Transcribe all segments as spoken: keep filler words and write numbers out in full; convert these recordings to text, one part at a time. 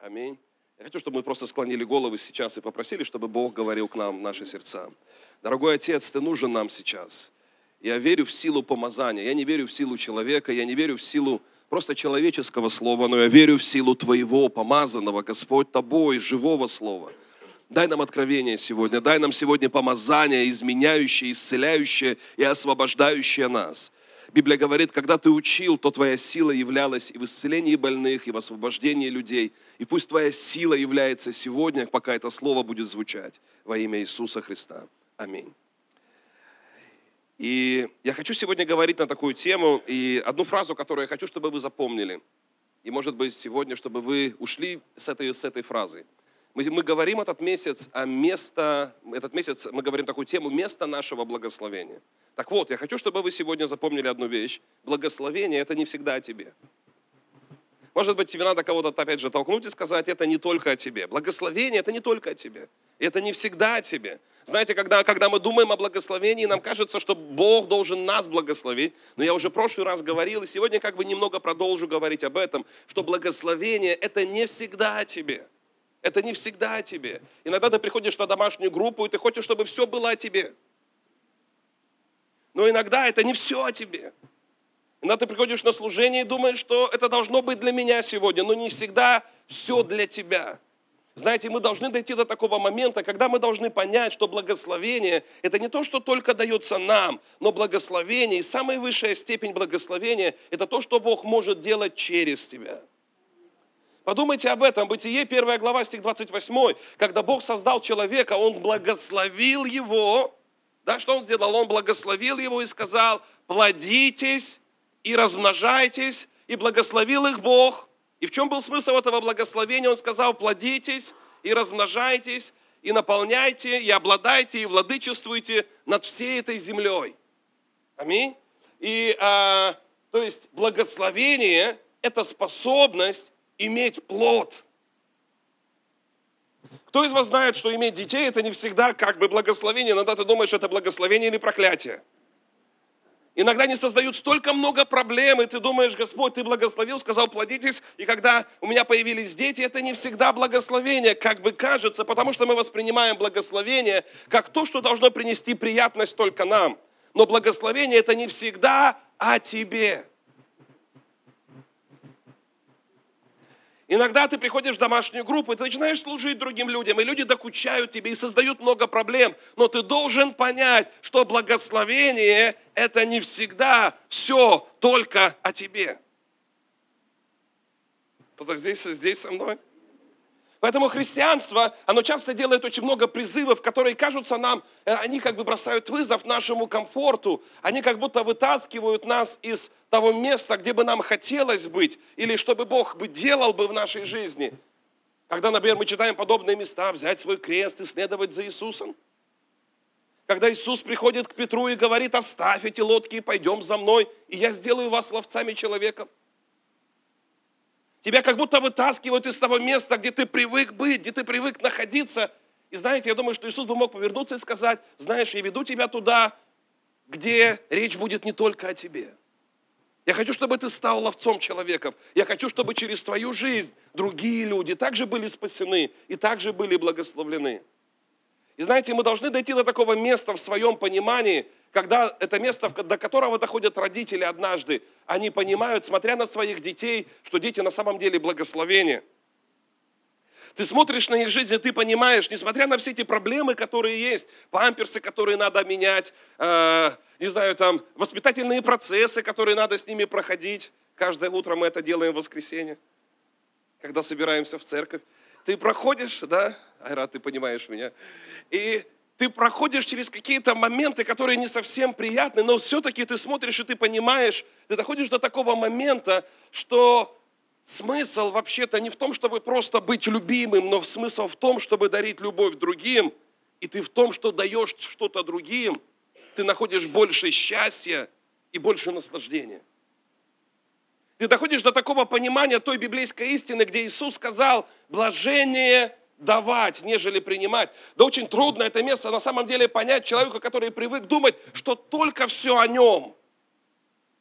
Аминь. Я хочу, чтобы мы просто склонили головы сейчас и попросили, чтобы Бог говорил к нам в наши сердца. Дорогой Отец, Ты нужен нам сейчас. Я верю в силу помазания. Я не верю в силу человека, я не верю в силу просто человеческого слова, но я верю в силу Твоего помазанного, Господь, Тобой, живого слова. Дай нам откровение сегодня, дай нам сегодня помазание, изменяющее, исцеляющее и освобождающее нас. Библия говорит, когда ты учил, то твоя сила являлась и в исцелении больных, и в освобождении людей. И пусть твоя сила является сегодня, пока это слово будет звучать во имя Иисуса Христа. Аминь. И я хочу сегодня говорить на такую тему, и одну фразу, которую я хочу, чтобы вы запомнили. И, может быть, сегодня, чтобы вы ушли с этой, с этой фразой. Мы, мы говорим этот месяц о место, этот месяц мы говорим такую тему «Место нашего благословения». Так вот, я хочу, чтобы вы сегодня запомнили одну вещь. Благословение – это не всегда о тебе. Может быть, тебе надо кого-то опять же толкнуть и сказать, это не только о тебе. Благословение – это не только о тебе. Это не всегда о тебе. Знаете, когда, когда мы думаем о благословении, нам кажется, что Бог должен нас благословить. Но я уже в прошлый раз говорил, и сегодня как бы немного продолжу говорить об этом, что благословение – это не всегда о тебе. Это не всегда о тебе. Иногда ты приходишь на домашнюю группу, и ты хочешь, чтобы все было о тебе. Но иногда это не все о тебе. Иногда ты приходишь на служение и думаешь, что это должно быть для меня сегодня, но не всегда все для тебя. Знаете, мы должны дойти до такого момента, когда мы должны понять, что благословение – это не то, что только дается нам, но благословение и самая высшая степень благословения – это то, что Бог может делать через тебя. Подумайте об этом. Бытие, первая глава, стих двадцать восемь. Когда Бог создал человека, Он благословил его. Да, что Он сделал? Он благословил его и сказал, плодитесь и размножайтесь. И благословил их Бог. И в чем был смысл этого благословения? Он сказал, плодитесь и размножайтесь, и наполняйте, и обладайте, и владычествуйте над всей этой землей. Аминь. И, а, то есть, благословение – это способность иметь плод. Кто из вас знает, что иметь детей – это не всегда как бы благословение? Иногда ты думаешь, это благословение или проклятие. Иногда они создают столько много проблем, и ты думаешь, Господь, Ты благословил, сказал, плодитесь. И когда у меня появились дети, это не всегда благословение, как бы кажется, потому что мы воспринимаем благословение как то, что должно принести приятность только нам. Но благословение – это не всегда о тебе. Иногда ты приходишь в домашнюю группу, и ты начинаешь служить другим людям, и люди докучают тебе и создают много проблем. Но ты должен понять, что благословение – это не всегда все только о тебе. Кто-то здесь, здесь со мной? Поэтому христианство, оно часто делает очень много призывов, которые кажутся нам, они как бы бросают вызов нашему комфорту, они как будто вытаскивают нас из того места, где бы нам хотелось быть, или чтобы Бог бы делал бы в нашей жизни. Когда, например, мы читаем подобные места, взять свой крест и следовать за Иисусом. Когда Иисус приходит к Петру и говорит, оставь эти лодки и пойдем за мной, и я сделаю вас ловцами человеков. Тебя как будто вытаскивают из того места, где ты привык быть, где ты привык находиться. И знаете, я думаю, что Иисус бы мог повернуться и сказать, знаешь, я веду тебя туда, где речь будет не только о тебе. Я хочу, чтобы ты стал ловцом человеков. Я хочу, чтобы через твою жизнь другие люди также были спасены и также были благословлены. И знаете, мы должны дойти до такого места в своем понимании, когда это место, до которого доходят родители однажды, они понимают, смотря на своих детей, что дети на самом деле благословение. Ты смотришь на их жизнь, и ты понимаешь, несмотря на все эти проблемы, которые есть, памперсы, которые надо менять, э, не знаю, там, воспитательные процессы, которые надо с ними проходить. Каждое утро мы это делаем в воскресенье, когда собираемся в церковь. Ты проходишь, да, Айра, ты понимаешь меня, и ты проходишь через какие-то моменты, которые не совсем приятны, но все-таки ты смотришь и ты понимаешь, ты доходишь до такого момента, что смысл вообще-то не в том, чтобы просто быть любимым, но смысл в том, чтобы дарить любовь другим, и ты в том, что даешь что-то другим, ты находишь больше счастья и больше наслаждения. Ты доходишь до такого понимания той библейской истины, где Иисус сказал, блажение давать, нежели принимать. Да очень трудно это место на самом деле понять человеку, который привык думать, что только все о нем.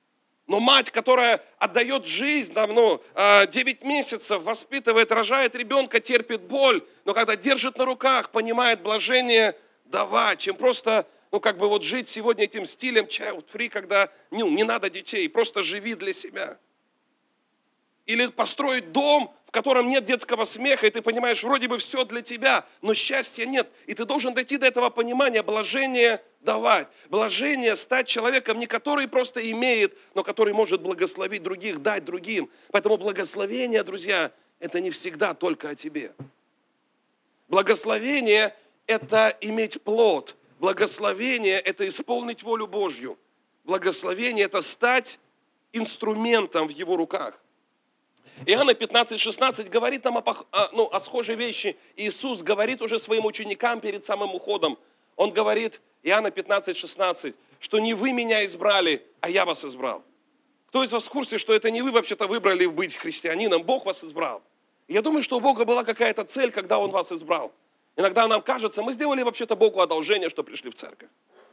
Но мать, которая отдает жизнь, там, ну, девять месяцев, воспитывает, рожает ребенка, терпит боль, но когда держит на руках, понимает блажение давать, чем просто, ну, как бы вот жить сегодня этим стилем child free, когда ну, не надо детей, просто живи для себя. Или построить дом, в котором нет детского смеха, и ты понимаешь, вроде бы все для тебя, но счастья нет. И ты должен дойти до этого понимания, блажение давать. Блажение стать человеком, не который просто имеет, но который может благословить других, дать другим. Поэтому благословение, друзья, это не всегда только о тебе. Благословение – это иметь плод. Благословение – это исполнить волю Божью. Благословение – это стать инструментом в Его руках. Иоанна пятнадцать шестнадцать говорит нам о, о, ну, о схожей вещи. Иисус говорит уже своим ученикам перед самым уходом. Он говорит, Иоанна пятнадцать шестнадцать, что не вы меня избрали, а я вас избрал. Кто из вас в курсе, что это не вы вообще-то выбрали быть христианином, Бог вас избрал? И я думаю, что у Бога была какая-то цель, когда Он вас избрал. Иногда нам кажется, мы сделали вообще-то Богу одолжение, что пришли в церковь.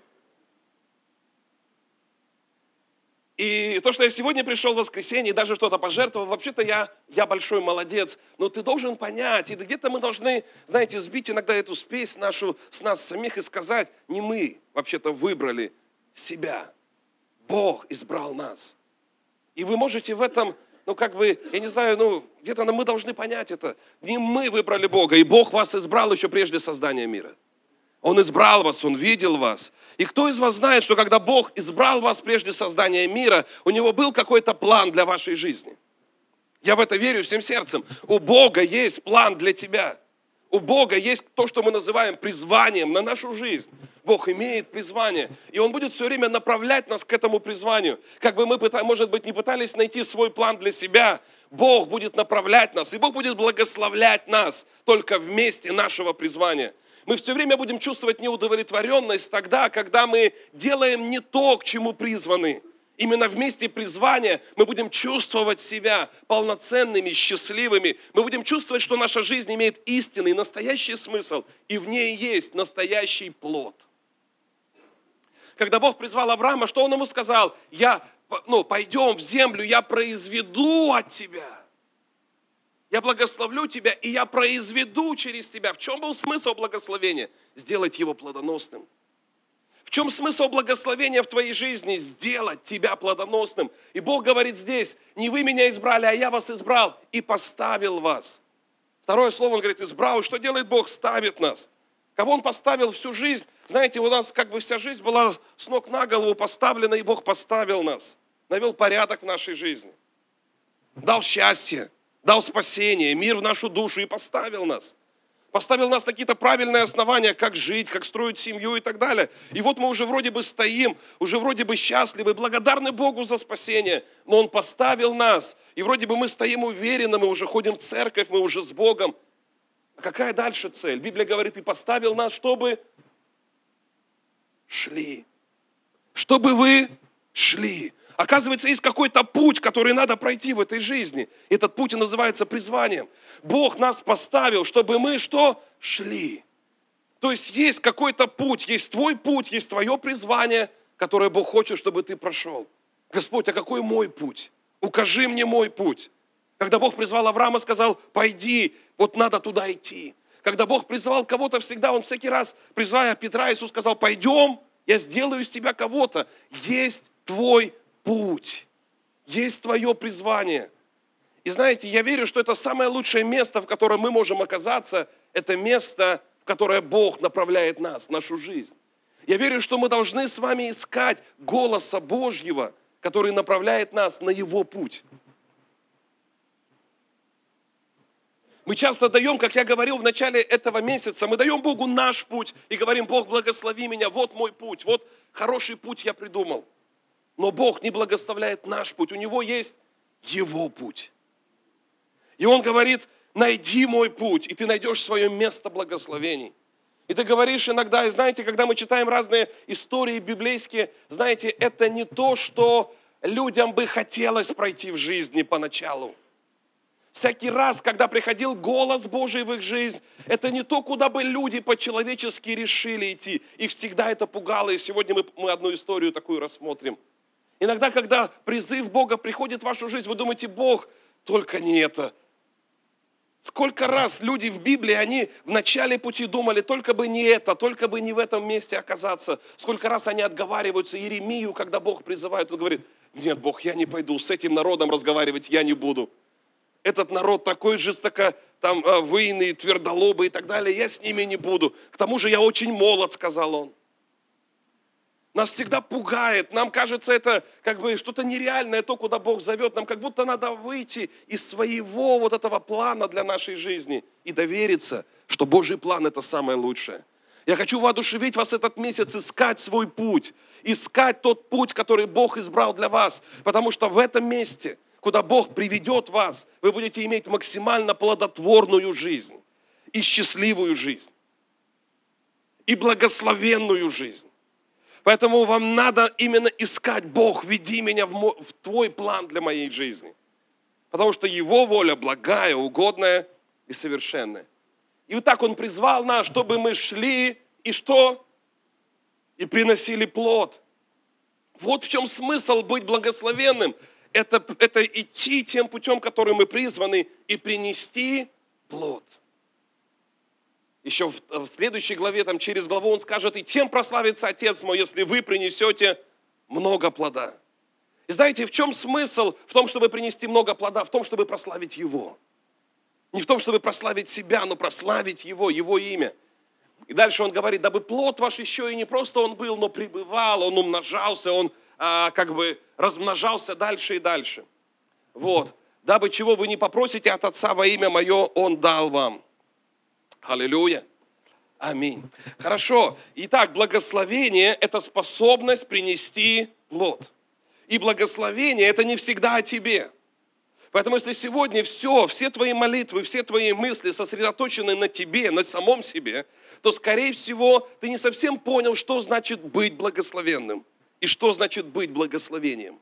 И то, что я сегодня пришел в воскресенье и даже что-то пожертвовал, вообще-то я, я большой молодец. Но ты должен понять, и где-то мы должны, знаете, сбить иногда эту спесь нашу с нас самих и сказать, не мы вообще-то выбрали себя. Бог избрал нас. И вы можете в этом, ну как бы, я не знаю, ну где-то мы должны понять это. Не мы выбрали Бога, и Бог вас избрал еще прежде создания мира. Он избрал вас, Он видел вас. И кто из вас знает, что когда Бог избрал вас прежде создания мира, у Него был какой-то план для вашей жизни? Я в это верю всем сердцем. У Бога есть план для тебя. У Бога есть то, что мы называем призванием на нашу жизнь. Бог имеет призвание, и Он будет все время направлять нас к этому призванию. Как бы мы, может быть, не пытались найти свой план для себя, Бог будет направлять нас, и Бог будет благословлять нас только в месте нашего призвания. Мы все время будем чувствовать неудовлетворенность тогда, когда мы делаем не то, к чему призваны. Именно в месте призвания мы будем чувствовать себя полноценными, счастливыми. Мы будем чувствовать, что наша жизнь имеет истинный, настоящий смысл, и в ней есть настоящий плод. Когда Бог призвал Авраама, что Он ему сказал? Я, ну, пойдем в землю, я произведу от тебя. Я благословлю тебя, и я произведу через тебя. В чем был смысл благословения? Сделать его плодоносным. В чем смысл благословения в твоей жизни? Сделать тебя плодоносным. И Бог говорит здесь, не вы меня избрали, а я вас избрал и поставил вас. Второе слово, Он говорит, избрал. И что делает Бог? Ставит нас. Кого Он поставил всю жизнь? Знаете, у нас как бы вся жизнь была с ног на голову поставлена, и Бог поставил нас. Навел порядок в нашей жизни. Дал счастье. Дал спасение, мир в нашу душу и поставил нас. Поставил нас на какие-то правильные основания, как жить, как строить семью и так далее. И вот мы уже вроде бы стоим, уже вроде бы счастливы, благодарны Богу за спасение. Но Он поставил нас. И вроде бы мы стоим уверенно, мы уже ходим в церковь, мы уже с Богом. А какая дальше цель? Библия говорит, и поставил нас, чтобы шли. Чтобы вы шли. Оказывается, есть какой-то путь, который надо пройти в этой жизни. Этот путь и называется призванием. Бог нас поставил, чтобы мы что? Шли. То есть есть какой-то путь, есть твой путь, есть твое призвание, которое Бог хочет, чтобы ты прошел. Господь, а какой мой путь? Укажи мне мой путь. Когда Бог призвал Авраама, сказал, пойди, вот надо туда идти. Когда Бог призвал кого-то всегда, Он всякий раз, призывая Петра, Иисус сказал, пойдем, я сделаю из тебя кого-то. Есть твой путь, есть твое призвание. И знаете, я верю, что это самое лучшее место, в котором мы можем оказаться, это место, в которое Бог направляет нас, нашу жизнь. Я верю, что мы должны с вами искать голоса Божьего, который направляет нас на Его путь. Мы часто даем, как я говорил в начале этого месяца, мы даем Богу наш путь и говорим, Бог, благослови меня, вот мой путь, вот хороший путь я придумал. Но Бог не благословляет наш путь, у Него есть Его путь. И Он говорит, найди мой путь, и ты найдешь свое место благословений. И ты говоришь иногда, и знаете, когда мы читаем разные истории библейские, знаете, это не то, что людям бы хотелось пройти в жизни поначалу. Всякий раз, когда приходил голос Божий в их жизнь, это не то, куда бы люди по-человечески решили идти. Их всегда это пугало, и сегодня мы, мы одну историю такую рассмотрим. Иногда, когда призыв Бога приходит в вашу жизнь, вы думаете: Бог, только не это. Сколько раз люди в Библии, они в начале пути думали: только бы не это, только бы не в этом месте оказаться. Сколько раз они отговариваются. Иеремию, когда Бог призывает, он говорит: нет, Бог, я не пойду, с этим народом разговаривать я не буду. Этот народ такой жестоко, там, выйный, твердолобый и так далее, я с ними не буду. К тому же я очень молод, сказал он. Нас всегда пугает, нам кажется, это как бы что-то нереальное, то, куда Бог зовет. Нам как будто надо выйти из своего вот этого плана для нашей жизни и довериться, что Божий план – это самое лучшее. Я хочу воодушевить вас этот месяц искать свой путь, искать тот путь, который Бог избрал для вас, потому что в этом месте, куда Бог приведет вас, вы будете иметь максимально плодотворную жизнь и счастливую жизнь, и благословенную жизнь. Поэтому вам надо именно искать: Бог, веди меня в, мой, в Твой план для моей жизни. Потому что Его воля благая, угодная и совершенная. И вот так Он призвал нас, чтобы мы шли и что? И приносили плод. Вот в чем смысл быть благословенным. Это, это идти тем путем, которым мы призваны, и принести плод. Еще в, в следующей главе, там, через главу он скажет: и тем прославится Отец мой, если вы принесете много плода. И знаете, в чем смысл в том, чтобы принести много плода? В том, чтобы прославить Его. Не в том, чтобы прославить себя, но прославить Его, Его имя. И дальше он говорит: дабы плод ваш еще и не просто он был, но пребывал, он умножался, он а, как бы размножался дальше и дальше. Вот. Дабы чего вы не попросите от Отца во имя Мое, Он дал вам. Аллилуйя. Аминь. Хорошо. Итак, благословение – это способность принести плод. И благословение – это не всегда о тебе. Поэтому если сегодня все, все твои молитвы, все твои мысли сосредоточены на тебе, на самом себе, то, скорее всего, ты не совсем понял, что значит быть благословенным и что значит быть благословением.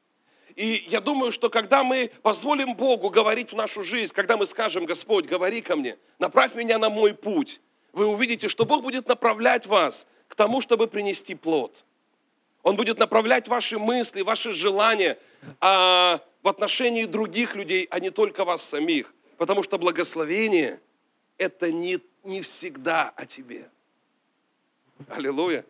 И я думаю, что когда мы позволим Богу говорить в нашу жизнь, когда мы скажем: Господь, говори ко мне, направь меня на мой путь, вы увидите, что Бог будет направлять вас к тому, чтобы принести плод. Он будет направлять ваши мысли, ваши желания а, в отношении других людей, а не только вас самих. Потому что благословение – это не, не всегда о тебе. Аллилуйя.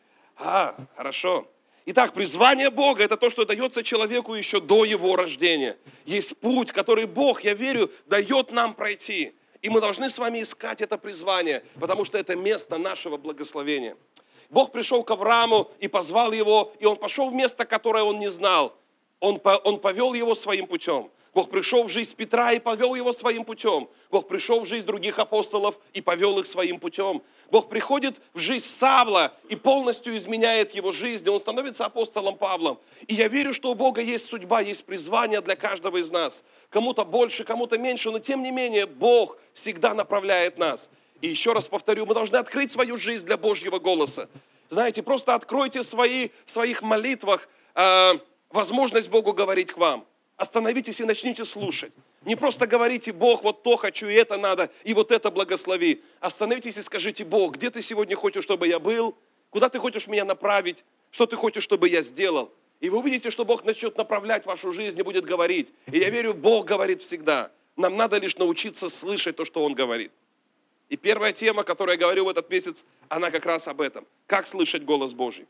А, хорошо. Итак, призвание Бога – это то, что дается человеку еще до его рождения. Есть путь, который Бог, я верю, дает нам пройти. И мы должны с вами искать это призвание, потому что это место нашего благословения. Бог пришел к Аврааму и позвал его, и он пошел в место, которое он не знал. Он, он повел его своим путем. Бог пришел в жизнь Петра и повел его своим путем. Бог пришел в жизнь других апостолов и повел их своим путем. Бог приходит в жизнь Савла и полностью изменяет его жизнь. И он становится апостолом Павлом. И я верю, что у Бога есть судьба, есть призвание для каждого из нас. Кому-то больше, кому-то меньше, но тем не менее Бог всегда направляет нас. И еще раз повторю, мы должны открыть свою жизнь для Божьего голоса. Знаете, просто откройте свои, в своих молитвах э, возможность Богу говорить к вам. Остановитесь и начните слушать. Не просто говорите: Бог, вот то хочу, и это надо, и вот это благослови. Остановитесь и скажите: Бог, где ты сегодня хочешь, чтобы я был? Куда ты хочешь меня направить? Что ты хочешь, чтобы я сделал? И вы увидите, что Бог начнет направлять вашу жизнь и будет говорить. И я верю, Бог говорит всегда. Нам надо лишь научиться слышать то, что Он говорит. И первая тема, которую я говорю в этот месяц, она как раз об этом. Как слышать голос Божий.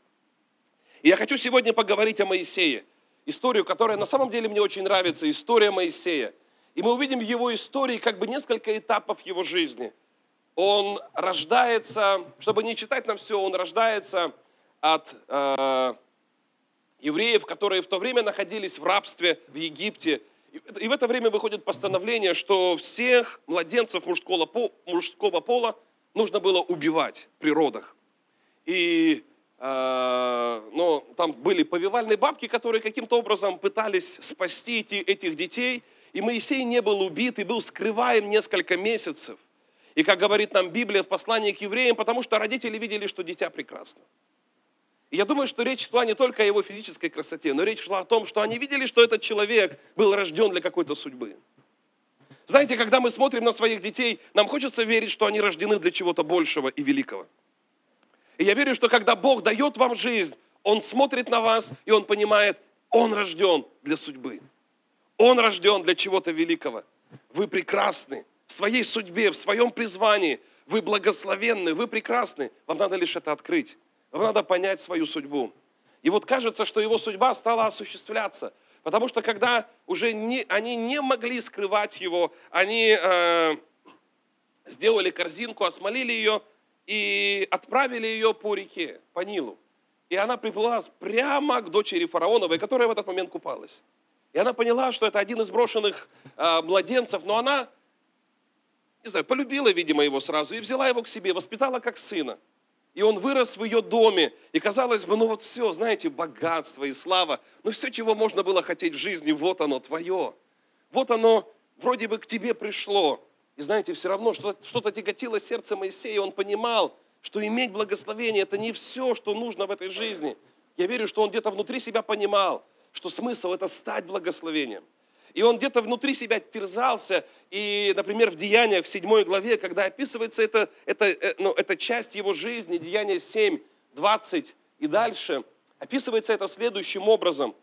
И я хочу сегодня поговорить о Моисее. Историю, которая на самом деле мне очень нравится, история Моисея. И мы увидим в его истории как бы несколько этапов его жизни. Он рождается, чтобы не читать нам все, он рождается от э, евреев, которые в то время находились в рабстве в Египте. И в это время выходит постановление, что всех младенцев мужского, мужского пола нужно было убивать при родах. И но там были повивальные бабки, которые каким-то образом пытались спасти эти, этих детей. И Моисей не был убит и был скрываем несколько месяцев. И как говорит нам Библия в послании к евреям, потому что родители видели, что дитя прекрасно. И я думаю, что речь шла не только о его физической красоте, но речь шла о том, что они видели, что этот человек был рожден для какой-то судьбы. Знаете, когда мы смотрим на своих детей, нам хочется верить, что они рождены для чего-то большего и великого. И я верю, что когда Бог дает вам жизнь, Он смотрит на вас, и Он понимает, Он рожден для судьбы. Он рожден для чего-то великого. Вы прекрасны в своей судьбе, в своем призвании. Вы благословенны, вы прекрасны. Вам надо лишь это открыть. Вам надо понять свою судьбу. И вот кажется, что его судьба стала осуществляться. Потому что когда уже не, они не могли скрывать его, они э, сделали корзинку, осмолили ее и отправили ее по реке, по Нилу. И она приплыла прямо к дочери фараоновой, которая в этот момент купалась. И она поняла, что это один из брошенных э, младенцев, но она, не знаю, полюбила, видимо, его сразу и взяла его к себе, воспитала как сына. И он вырос в ее доме. И казалось бы, ну вот все, знаете, богатство и слава. Ну все, чего можно было хотеть в жизни, вот оно твое. Вот оно вроде бы к тебе пришло. И знаете, все равно что-то тяготило сердце Моисея. Он понимал, что иметь благословение – это не все, что нужно в этой жизни. Я верю, что он где-то внутри себя понимал, что смысл – это стать благословением. И он где-то внутри себя терзался. И, например, в Деяниях, в седьмой главе, когда описывается это, это, ну, эта часть его жизни, Деяния семь, двадцать и дальше, описывается это следующим образом.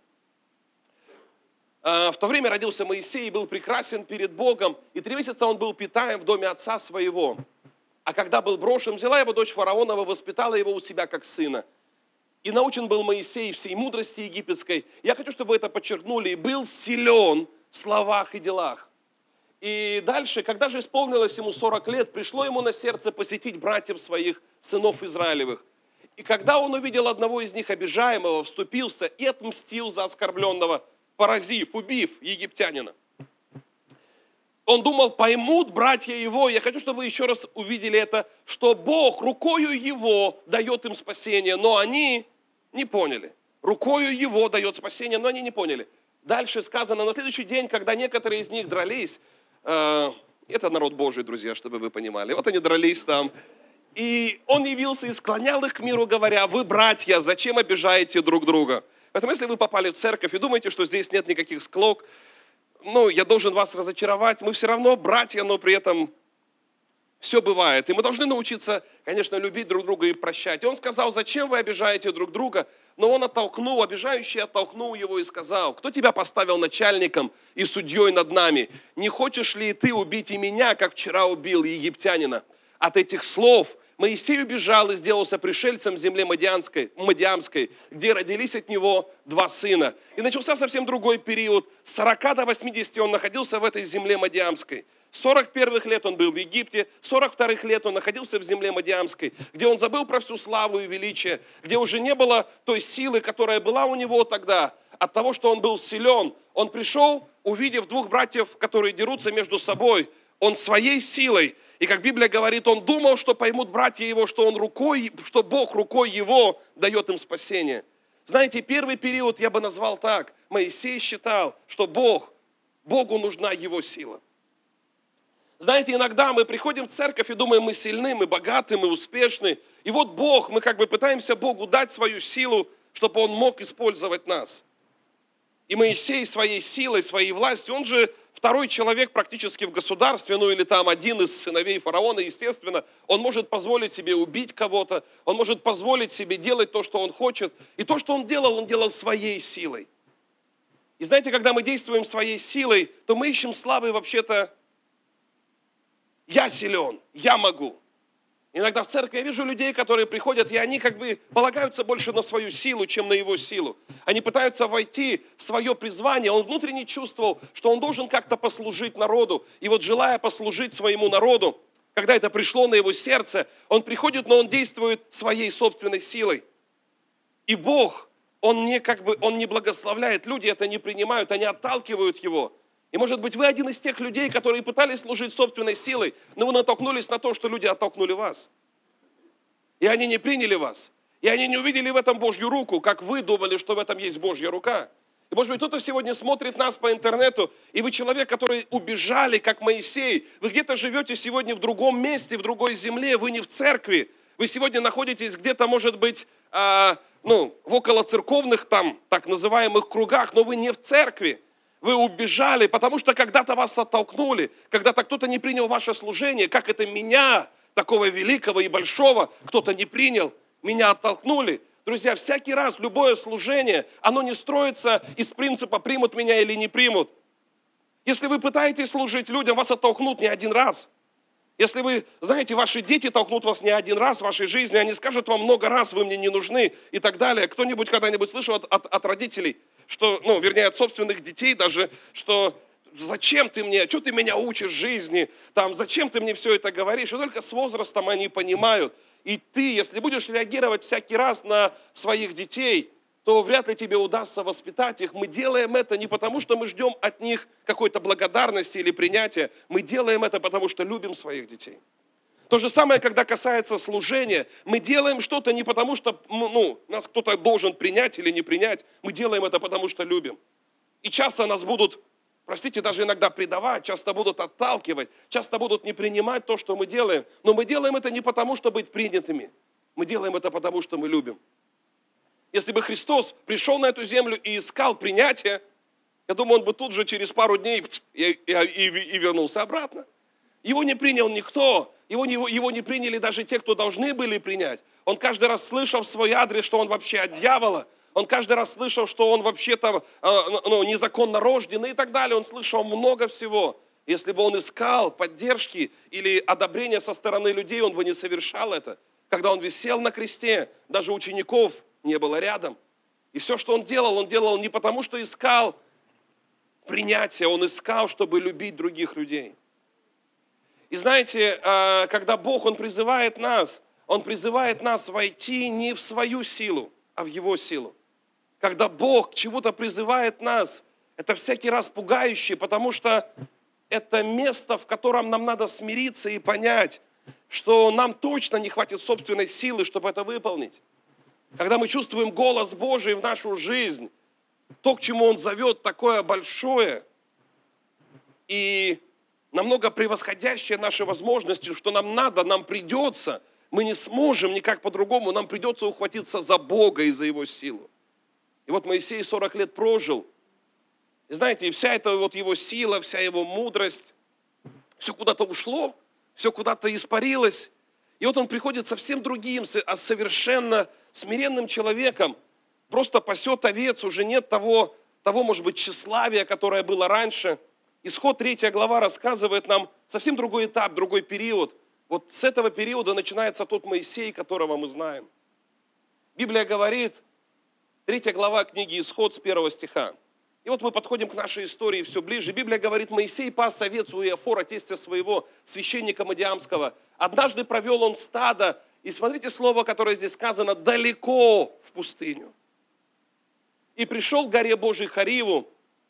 В то время родился Моисей и был прекрасен перед Богом, и три месяца он был питаем в доме отца своего. А когда был брошен, взяла его дочь фараонова, воспитала его у себя как сына. И научен был Моисей всей мудрости египетской. Я хочу, чтобы вы это подчеркнули. И был силен в словах и делах. И дальше, когда же исполнилось ему сорок лет, пришло ему на сердце посетить братьев своих, сынов Израилевых. И когда он увидел одного из них обижаемого, вступился и отмстил за оскорбленного, поразив, убив египтянина. Он думал, поймут братья его, я хочу, чтобы вы еще раз увидели это, что Бог рукою его дает им спасение, но они не поняли. Рукою его дает спасение, но они не поняли. Дальше сказано, на следующий день, когда некоторые из них дрались, э, это народ Божий, друзья, чтобы вы понимали, вот они дрались там, и он явился и склонял их к миру, говоря, вы, братья, зачем обижаете друг друга? Поэтому, если вы попали в церковь и думаете, что здесь нет никаких склок, ну, я должен вас разочаровать, мы все равно братья, но при этом все бывает. И мы должны научиться, конечно, любить друг друга и прощать. И он сказал, зачем вы обижаете друг друга? Но он оттолкнул, обижающий оттолкнул его и сказал, кто тебя поставил начальником и судьей над нами? Не хочешь ли ты убить и меня, как вчера убил египтянина? От этих слов Моисей убежал и сделался пришельцем в земле Мадиамской, Мадиамской, где родились от него два сына. И начался совсем другой период. С сорока до восьмидесяти он находился в этой земле Мадиамской. сорок первых лет он был в Египте, сорок вторых лет он находился в земле Мадиамской, где он забыл про всю славу и величие, где уже не было той силы, которая была у него тогда. От того, что он был силен, он пришел, увидев двух братьев, которые дерутся между собой, он своей силой, и как Библия говорит, он думал, что поймут братья его, что, он рукой, что Бог рукой его дает им спасение. Знаете, первый период я бы назвал так. Моисей считал, что Бог, Богу нужна его сила. Знаете, иногда мы приходим в церковь и думаем, мы сильны, мы богаты, мы успешны. И вот Бог, мы как бы пытаемся Богу дать свою силу, чтобы Он мог использовать нас. И Моисей своей силой, своей властью, он же второй человек практически в государстве, ну или там один из сыновей фараона, естественно, он может позволить себе убить кого-то, он может позволить себе делать то, что он хочет. И то, что он делал, он делал своей силой. И знаете, когда мы действуем своей силой, то мы ищем славы вообще-то «я силен, я могу». Иногда в церкви я вижу людей, которые приходят, и они как бы полагаются больше на свою силу, чем на его силу. Они пытаются войти в свое призвание. Он внутренне чувствовал, что он должен как-то послужить народу. И вот желая послужить своему народу, когда это пришло на его сердце, он приходит, но он действует своей собственной силой. И Бог, он не, как бы, он не благословляет, люди это не принимают, они отталкивают его. И, может быть, вы один из тех людей, которые пытались служить собственной силой, но вы натолкнулись на то, что люди оттолкнули вас. И они не приняли вас. И они не увидели в этом Божью руку, как вы думали, что в этом есть Божья рука. И, может быть, кто-то сегодня смотрит нас по интернету, и вы человек, который убежали, как Моисей. Вы где-то живете сегодня в другом месте, в другой земле, вы не в церкви. Вы сегодня находитесь где-то, может быть, э, ну, в околоцерковных там, так называемых кругах, но вы не в церкви. Вы убежали, потому что когда-то вас оттолкнули, когда-то кто-то не принял ваше служение, как это меня, такого великого и большого, кто-то не принял, меня оттолкнули. Друзья, всякий раз любое служение, оно не строится из принципа «примут меня или не примут». Если вы пытаетесь служить людям, вас оттолкнут не один раз. Если вы, знаете, ваши дети толкнут вас не один раз в вашей жизни, они скажут вам много раз, вы мне не нужны и так далее. Кто-нибудь когда-нибудь слышал от, от, от родителей, что, ну, вернее, от собственных детей даже, что зачем ты мне, что ты меня учишь жизни, там, зачем ты мне все это говоришь? И только с возрастом они понимают. И ты, если будешь реагировать всякий раз на своих детей, то вряд ли тебе удастся воспитать их. Мы делаем это не потому, что мы ждем от них какой-то благодарности или принятия. Мы делаем это потому, что любим своих детей. То же самое, когда касается служения. Мы делаем что-то не потому, что ну, нас кто-то должен принять или не принять. Мы делаем это потому, что любим. И часто нас будут, простите, даже иногда предавать, часто будут отталкивать, часто будут не принимать то, что мы делаем. Но мы делаем это не потому, чтобы быть принятыми. Мы делаем это потому, что мы любим. Если бы Христос пришел на эту землю и искал принятие, я думаю, он бы тут же через пару дней и, и, и, и вернулся обратно. Его не принял никто, его, его, его не приняли даже те, кто должны были принять. Он каждый раз слышал в свой адрес, что он вообще от дьявола. Он каждый раз слышал, что он вообще-то ну, незаконно рожденный и так далее. Он слышал много всего. Если бы он искал поддержки или одобрения со стороны людей, он бы не совершал это. Когда он висел на кресте, даже учеников не было рядом. И все, что он делал, он делал не потому, что искал принятия, он искал, чтобы любить других людей. И знаете, когда Бог, Он призывает нас, Он призывает нас войти не в свою силу, а в Его силу. Когда Бог чего-то призывает нас, это всякий раз пугающе, потому что это место, в котором нам надо смириться и понять, что нам точно не хватит собственной силы, чтобы это выполнить. Когда мы чувствуем голос Божий в нашу жизнь, то, к чему Он зовет, такое большое и намного превосходящее наши возможности, что нам надо, нам придется, мы не сможем никак по-другому, нам придется ухватиться за Бога и за Его силу. И вот Моисей сорок лет прожил, и знаете, вся эта вот его сила, вся его мудрость, все куда-то ушло, все куда-то испарилось, и вот он приходит совсем другим, совершенно смиренным человеком, просто пасет овец, уже нет того, того, может быть, тщеславия, которое было раньше. Исход третья глава рассказывает нам совсем другой этап, другой период. Вот с этого периода начинается тот Моисей, которого мы знаем. Библия говорит, третья глава книги Исход с первого стиха. И вот мы подходим к нашей истории все ближе. Библия говорит, Моисей пас овец у Иофора, тестя своего, священника Мадиамского. Однажды провел он стадо, и смотрите слово, которое здесь сказано, далеко в пустыню. И пришел к горе Божией Хориву,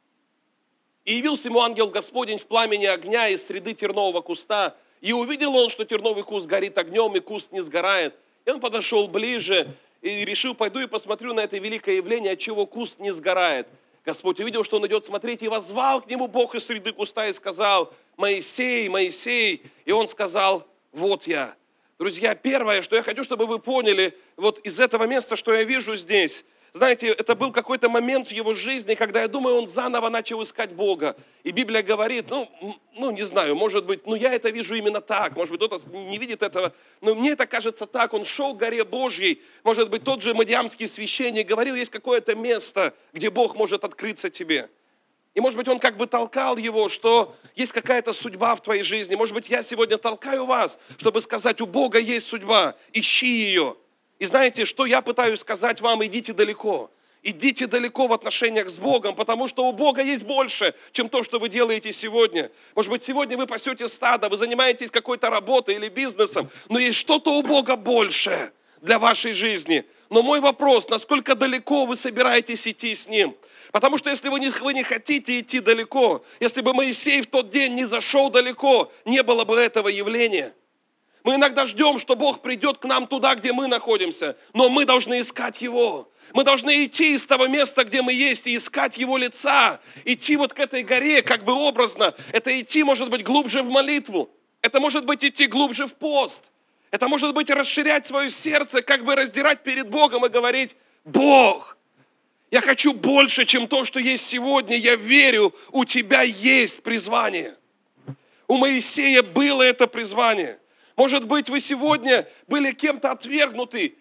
и явился ему ангел Господень в пламени огня из среды тернового куста. И увидел он, что терновый куст горит огнем, и куст не сгорает. И он подошел ближе, и решил, пойду и посмотрю на это великое явление, отчего куст не сгорает. Господь увидел, что он идет смотреть, и воззвал к нему Бог из среды куста и сказал, Моисей, Моисей. И он сказал, вот я. Друзья, первое, что я хочу, чтобы вы поняли, вот из этого места, что я вижу здесь, знаете, это был какой-то момент в его жизни, когда, я думаю, он заново начал искать Бога. И Библия говорит, ну, ну, не знаю, может быть, ну, я это вижу именно так, может быть, кто-то не видит этого, но мне это кажется так. Он шел к горе Божьей, может быть, тот же мадиамский священник говорил, есть какое-то место, где Бог может открыться тебе. И, может быть, он как бы толкал его, что есть какая-то судьба в твоей жизни. Может быть, я сегодня толкаю вас, чтобы сказать, у Бога есть судьба, ищи ее. И знаете, что я пытаюсь сказать вам, идите далеко. Идите далеко в отношениях с Богом, потому что у Бога есть больше, чем то, что вы делаете сегодня. Может быть, сегодня вы пасете стадо, вы занимаетесь какой-то работой или бизнесом, но есть что-то у Бога больше для вашей жизни. Но мой вопрос, насколько далеко вы собираетесь идти с Ним? Потому что если вы не, вы не хотите идти далеко, если бы Моисей в тот день не зашел далеко, не было бы этого явления. Мы иногда ждем, что Бог придет к нам туда, где мы находимся, но мы должны искать Его. Мы должны идти из того места, где мы есть, и искать Его лица. Идти вот к этой горе, как бы образно. Это идти, может быть, глубже в молитву. Это может быть идти глубже в пост. Это может быть расширять свое сердце, как бы раздирать перед Богом и говорить, Бог, я хочу больше, чем то, что есть сегодня. Я верю, у Тебя есть призвание. У Моисея было это призвание. Может быть, вы сегодня были кем-то отвергнуты,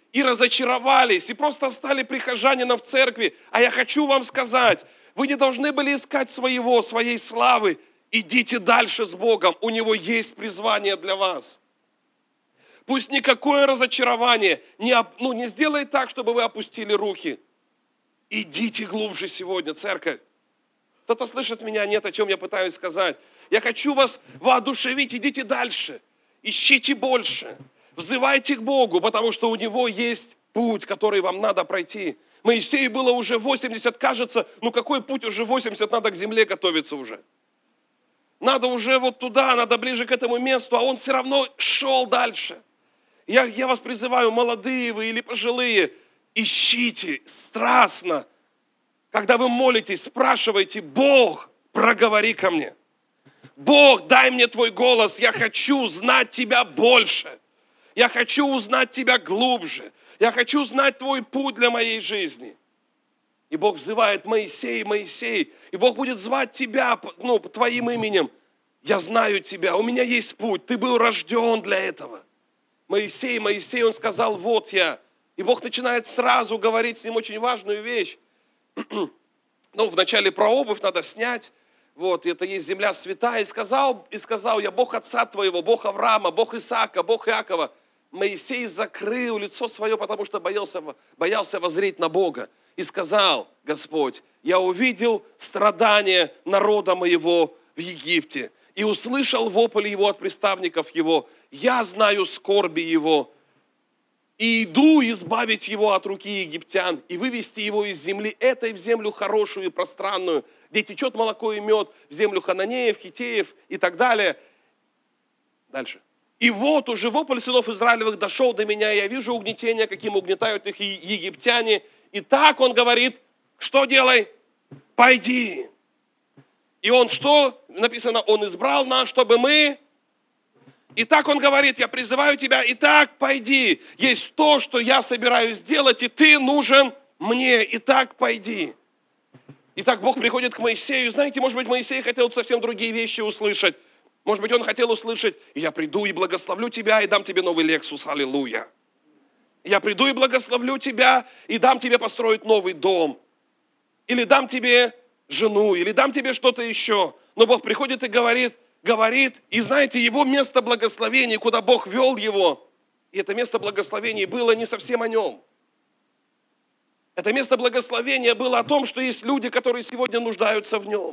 и разочаровались, и просто стали прихожанином в церкви. А я хочу вам сказать, вы не должны были искать своего, своей славы. Идите дальше с Богом, у Него есть призвание для вас. Пусть никакое разочарование не, ну, не сделает так, чтобы вы опустили руки. Идите глубже сегодня, церковь. Кто-то слышит меня? Нет, о чем я пытаюсь сказать. Я хочу вас воодушевить, идите дальше. Ищите больше. Взывайте к Богу, потому что у Него есть путь, который вам надо пройти. Моисею было уже восемьдесят, кажется, ну какой путь уже восемьдесят, надо к земле готовиться уже. Надо уже вот туда, надо ближе к этому месту, а он все равно шел дальше. Я, я вас призываю, молодые вы или пожилые, ищите страстно. Когда вы молитесь, спрашивайте: Бог, проговори ко мне. Бог, дай мне Твой голос, я хочу знать Тебя больше. Я хочу узнать Тебя глубже. Я хочу знать Твой путь для моей жизни. И Бог взывает: Моисей, Моисей. И Бог будет звать тебя, ну, Твоим именем. Я знаю тебя, у меня есть путь, ты был рожден для этого. Моисей, Моисей, он сказал: вот я. И Бог начинает сразу говорить с ним очень важную вещь. Ну, вначале про обувь надо снять. Вот, это есть земля святая. И сказал, и сказал: я Бог отца твоего, Бог Авраама, Бог Исаака, Бог Иакова. Моисей закрыл лицо свое, потому что боялся, боялся воззреть на Бога. И сказал Господь: я увидел страдания народа моего в Египте и услышал вопль его от приставников его. Я знаю скорби его и иду избавить его от руки египтян и вывести его из земли этой в землю хорошую и пространную, где течет молоко и мед, в землю хананеев, хитеев и так далее. Дальше. И вот уже вопль сынов Израилевых дошел до меня, и я вижу угнетение, каким угнетают их египтяне. И так он говорит: что делай? Пойди. И он что? Написано: он избрал нас, чтобы мы... И так он говорит: я призываю тебя, итак, пойди. Есть то, что я собираюсь сделать, и ты нужен мне. Итак, пойди. Итак, Бог приходит к Моисею. Знаете, может быть, Моисей хотел совсем другие вещи услышать. Может быть, он хотел услышать: я приду и благословлю тебя, и дам тебе новый Лексус, аллилуйя. Я приду и благословлю тебя, и дам тебе построить новый дом. Или дам тебе жену, или дам тебе что-то еще. Но Бог приходит и говорит, говорит, и знаете, его место благословения, куда Бог вел его, и это место благословения было не совсем о нем. Это место благословения было о том, что есть люди, которые сегодня нуждаются в нем.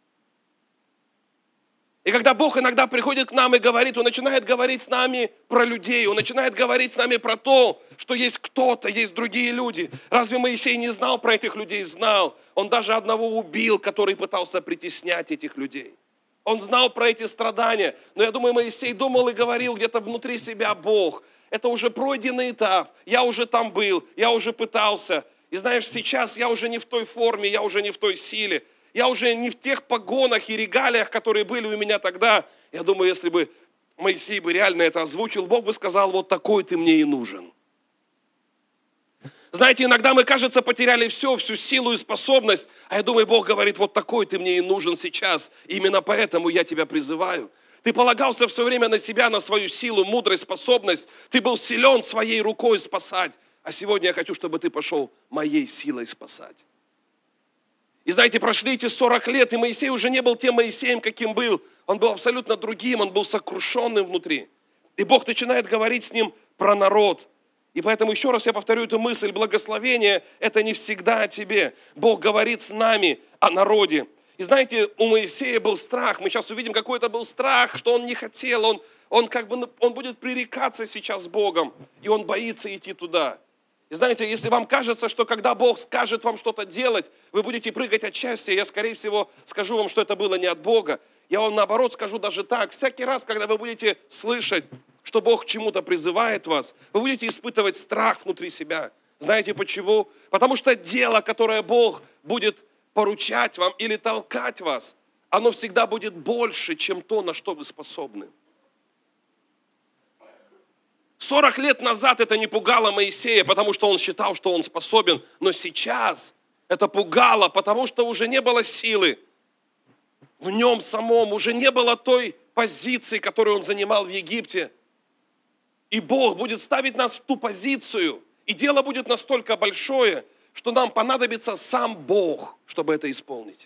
И когда Бог иногда приходит к нам и говорит, Он начинает говорить с нами про людей, Он начинает говорить с нами про то, что есть кто-то, есть другие люди. Разве Моисей не знал про этих людей? Знал. Он даже одного убил, который пытался притеснять этих людей. Он знал про эти страдания. Но я думаю, Моисей думал и говорил где-то внутри себя: Бог, это уже пройденный этап. Я уже там был, я уже пытался. И знаешь, сейчас я уже не в той форме, я уже не в той силе. Я уже не в тех погонах и регалиях, которые были у меня тогда. Я думаю, если бы Моисей бы реально это озвучил, Бог бы сказал: вот такой ты мне и нужен. Знаете, иногда мы, кажется, потеряли все, всю силу и способность. А я думаю, Бог говорит: вот такой ты мне и нужен сейчас. И именно поэтому я тебя призываю. Ты полагался все время на себя, на свою силу, мудрость, способность. Ты был силен своей рукой спасать. А сегодня я хочу, чтобы ты пошел моей силой спасать. И знаете, прошли эти сорок лет, и Моисей уже не был тем Моисеем, каким был. Он был абсолютно другим, он был сокрушенным внутри. И Бог начинает говорить с ним про народ. И поэтому еще раз я повторю эту мысль: благословение – это не всегда о тебе. Бог говорит с нами о народе. И знаете, у Моисея был страх. Мы сейчас увидим, какой это был страх, что он не хотел. Он, он, как бы, он будет пререкаться сейчас с Богом, и он боится идти туда. И знаете, если вам кажется, что когда Бог скажет вам что-то делать, вы будете прыгать от счастья, я, скорее всего, скажу вам, что это было не от Бога. Я вам, наоборот, скажу даже так. Всякий раз, когда вы будете слышать, что Бог к чему-то призывает вас, вы будете испытывать страх внутри себя. Знаете почему? Потому что дело, которое Бог будет поручать вам или толкать вас, оно всегда будет больше, чем то, на что вы способны. сорок лет назад это не пугало Моисея, потому что он считал, что он способен. Но сейчас это пугало, потому что уже не было силы в нем самом, уже не было той позиции, которую он занимал в Египте. И Бог будет ставить нас в ту позицию. И дело будет настолько большое, что нам понадобится сам Бог, чтобы это исполнить.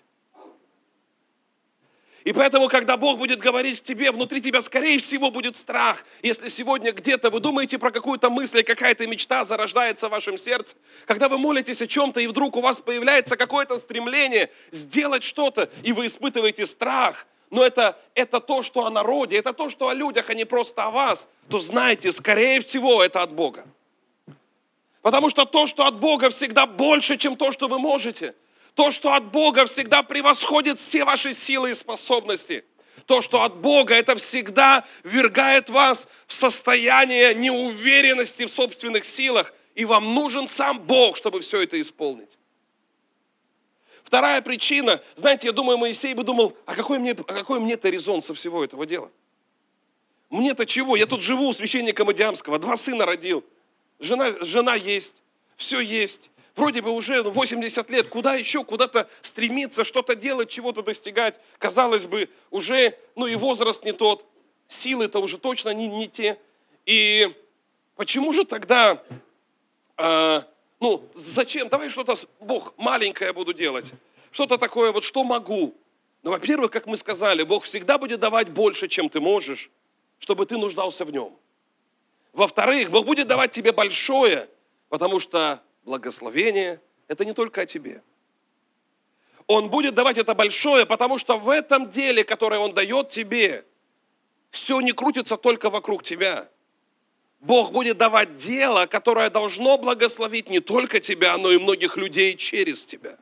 И поэтому, когда Бог будет говорить к тебе, внутри тебя, скорее всего, будет страх. Если сегодня где-то вы думаете про какую-то мысль, какая-то мечта зарождается в вашем сердце, когда вы молитесь о чем-то, и вдруг у вас появляется какое-то стремление сделать что-то, и вы испытываете страх, но это, это то, что о народе, это то, что о людях, а не просто о вас, то знайте, скорее всего, это от Бога. Потому что то, что от Бога, всегда больше, чем то, что вы можете. То, что от Бога, всегда превосходит все ваши силы и способности. То, что от Бога, это всегда ввергает вас в состояние неуверенности в собственных силах. И вам нужен сам Бог, чтобы все это исполнить. Вторая причина, знаете, я думаю, Моисей бы думал, а какой мне, а какой мне-то резон со всего этого дела? Мне-то чего? Я тут живу у священника Мадиамского, два сына родил. Жена, жена есть, все есть. Вроде бы уже восемьдесят лет, куда еще, куда-то стремиться, что-то делать, чего-то достигать. Казалось бы, уже, ну и возраст не тот, силы-то уже точно не, не те. И почему же тогда, э, ну зачем, давай что-то, Бог, маленькое буду делать. Что-то такое, вот что могу. Ну, во-первых, как мы сказали, Бог всегда будет давать больше, чем ты можешь, чтобы ты нуждался в нем. Во-вторых, Бог будет давать тебе большое, потому что благословение – это не только о тебе. Он будет давать это большое, потому что в этом деле, которое Он дает тебе, все не крутится только вокруг тебя. Бог будет давать дело, которое должно благословить не только тебя, но и многих людей через тебя.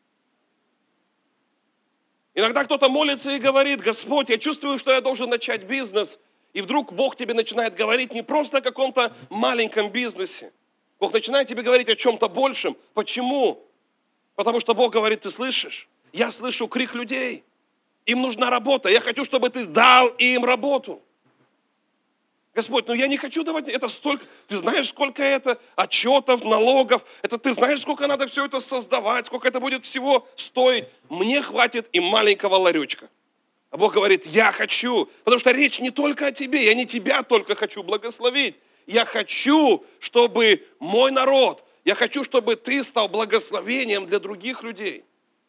Иногда кто-то молится и говорит: Господь, я чувствую, что я должен начать бизнес. И вдруг Бог тебе начинает говорить не просто о каком-то маленьком бизнесе. Бог начинает тебе говорить о чем-то большем. Почему? Потому что Бог говорит: ты слышишь? Я слышу крик людей. Им нужна работа. Я хочу, чтобы ты дал им работу. Господь, ну я не хочу давать, это столько, ты знаешь, сколько это отчетов, налогов, это ты знаешь, сколько надо все это создавать, сколько это будет всего стоить. Мне хватит и маленького ларечка. А Бог говорит: я хочу, потому что речь не только о тебе, я не тебя только хочу благословить. Я хочу, чтобы мой народ, я хочу, чтобы ты стал благословением для других людей.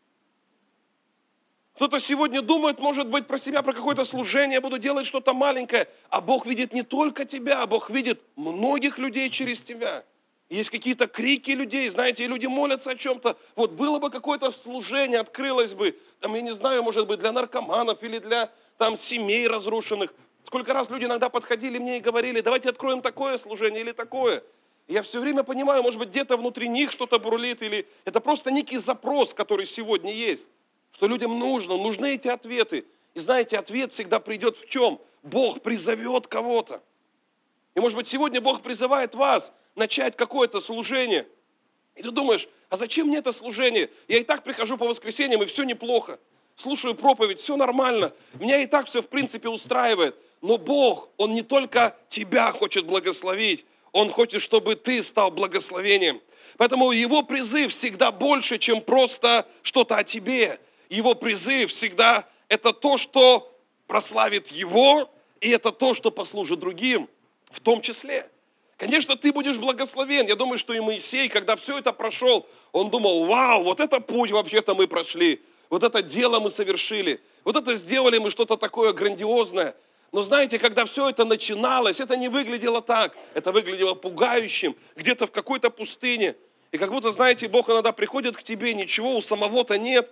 Кто-то сегодня думает, может быть, про себя, про какое-то служение, буду делать что-то маленькое, а Бог видит не только тебя, а Бог видит многих людей через тебя. Есть какие-то крики людей, знаете, и люди молятся о чем-то. Вот было бы какое-то служение, открылось бы, там, я не знаю, может быть, для наркоманов или для там, семей разрушенных. Сколько раз люди иногда подходили мне и говорили: давайте откроем такое служение или такое. И я все время понимаю, может быть, где-то внутри них что-то бурлит, или это просто некий запрос, который сегодня есть, что людям нужно, нужны эти ответы. И знаете, ответ всегда придет в чем? Бог призовет кого-то. И может быть, сегодня Бог призывает вас начать какое-то служение. И ты думаешь: а зачем мне это служение? Я и так прихожу по воскресеньям, и все неплохо. Слушаю проповедь, все нормально. Меня и так все в принципе устраивает. Но Бог, Он не только тебя хочет благословить, Он хочет, чтобы ты стал благословением. Поэтому Его призыв всегда больше, чем просто что-то о тебе. Его призыв всегда это то, что прославит Его, и это то, что послужит другим в том числе. Конечно, ты будешь благословен. Я думаю, что и Моисей, когда все это прошел, он думал: вау, вот это путь вообще-то мы прошли, вот это дело мы совершили, вот это сделали мы что-то такое грандиозное. Но знаете, когда все это начиналось, это не выглядело так. Это выглядело пугающим, где-то в какой-то пустыне. И как будто, знаете, Бог иногда приходит к тебе, ничего у самого-то нет.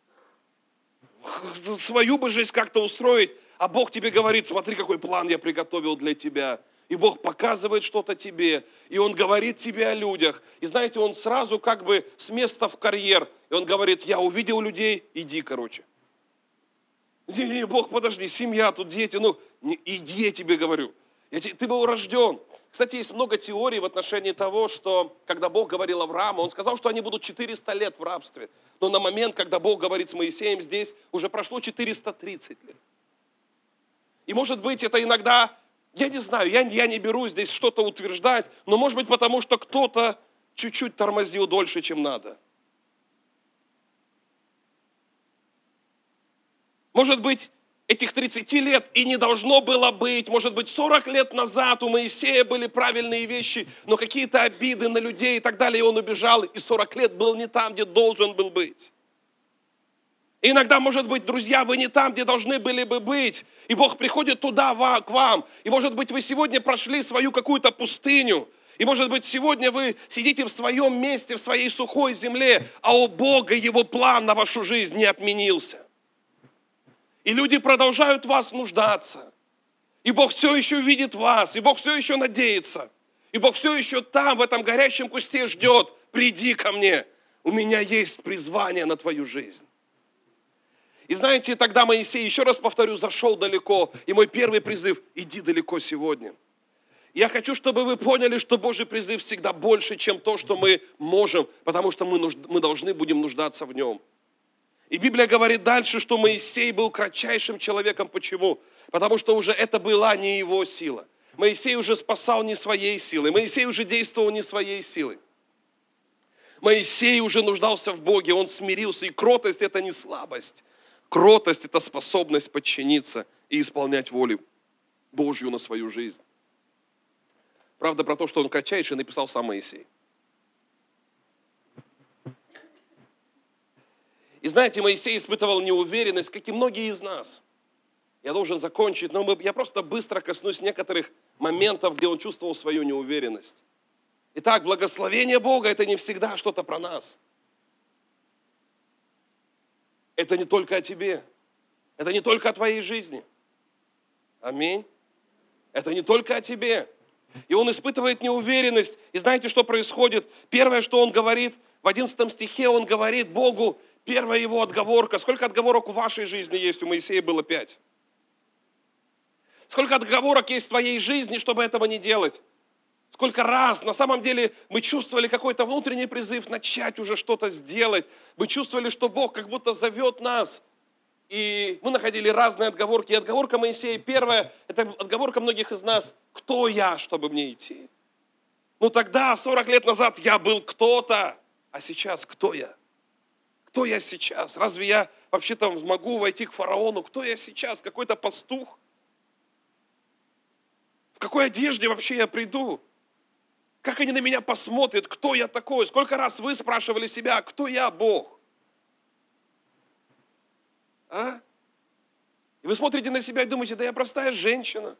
Свою бы жизнь как-то устроить. А Бог тебе говорит: смотри, какой план я приготовил для тебя. И Бог показывает что-то тебе. И Он говорит тебе о людях. И знаете, Он сразу как бы с места в карьер. И Он говорит: я увидел людей, иди, короче. Не, не, Бог, подожди, семья, тут дети, ну, не, иди, я тебе говорю. Я тебе, ты был рожден. Кстати, есть много теорий в отношении того, что, когда Бог говорил Аврааму, Он сказал, что они будут четыреста лет в рабстве. Но на момент, когда Бог говорит с Моисеем здесь, уже прошло четыреста тридцать лет. И может быть, это иногда, я не знаю, я, я не берусь здесь что-то утверждать, но может быть, потому что кто-то чуть-чуть тормозил дольше, чем надо. Может быть, этих тридцати лет и не должно было быть. Может быть, сорок лет назад у Моисея были правильные вещи, но какие-то обиды на людей и так далее, и он убежал, и сорок лет был не там, где должен был быть. И иногда, может быть, друзья, вы не там, где должны были бы быть, и Бог приходит туда, к вам, и, может быть, вы сегодня прошли свою какую-то пустыню, и, может быть, сегодня вы сидите в своем месте, в своей сухой земле, а у Бога Его план на вашу жизнь не отменился. И люди продолжают в вас нуждаться. И Бог все еще видит вас, и Бог все еще надеется. И Бог все еще там, в этом горящем кусте ждет. Приди ко мне, у меня есть призвание на твою жизнь. И знаете, тогда Моисей, еще раз повторю, зашел далеко. И мой первый призыв – иди далеко сегодня. Я хочу, чтобы вы поняли, что Божий призыв всегда больше, чем то, что мы можем, потому что мы, нужд... мы должны будем нуждаться в нем. И Библия говорит дальше, что Моисей был кратчайшим человеком. Почему? Потому что уже это была не его сила. Моисей уже спасал не своей силой. Моисей уже действовал не своей силой. Моисей уже нуждался в Боге, он смирился. И кротость – это не слабость. Кротость – это способность подчиниться и исполнять волю Божью на свою жизнь. Правда, про то, что он кратчайший, написал сам Моисей. И знаете, Моисей испытывал неуверенность, как и многие из нас. Я должен закончить, но мы, я просто быстро коснусь некоторых моментов, где он чувствовал свою неуверенность. Итак, благословение Бога – это не всегда что-то про нас. Это не только о тебе. Это не только о твоей жизни. Аминь. Это не только о тебе. И он испытывает неуверенность. И знаете, что происходит? Первое, что он говорит, в одиннадцатом стихе он говорит Богу, первая его отговорка. Сколько отговорок в вашей жизни есть? У Моисея было пять. Сколько отговорок есть в твоей жизни, чтобы этого не делать? Сколько раз на самом деле мы чувствовали какой-то внутренний призыв начать уже что-то сделать. Мы чувствовали, что Бог как будто зовет нас. И мы находили разные отговорки. И отговорка Моисея первая, это отговорка многих из нас. Кто я, чтобы мне идти? Ну тогда, сорок лет назад, я был кто-то. А сейчас кто я? Кто я сейчас? Разве я вообще-то могу войти к фараону? Кто я сейчас? Какой-то пастух? В какой одежде вообще я приду? Как они на меня посмотрят? Кто я такой? Сколько раз вы спрашивали себя, кто я, Бог? А? И вы смотрите на себя и думаете, да я простая женщина.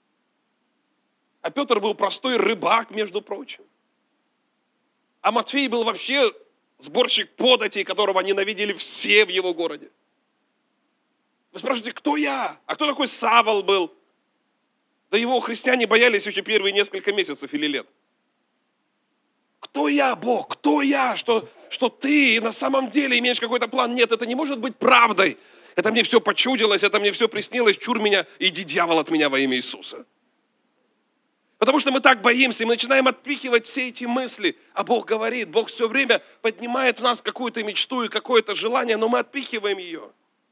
А Петр был простой рыбак, между прочим. А Матфей был вообще сборщик податей, которого ненавидели все в его городе. Вы спрашиваете, кто я? А кто такой Савл был? Да его христиане боялись еще первые несколько месяцев или лет. Кто я, Бог? Кто я? Что, что ты на самом деле имеешь какой-то план? Нет, это не может быть правдой. Это мне все почудилось, это мне все приснилось. Чур меня, иди, дьявол, от меня во имя Иисуса. Потому что мы так боимся, и мы начинаем отпихивать все эти мысли. А Бог говорит, Бог все время поднимает в нас какую-то мечту и какое-то желание, но мы отпихиваем ее.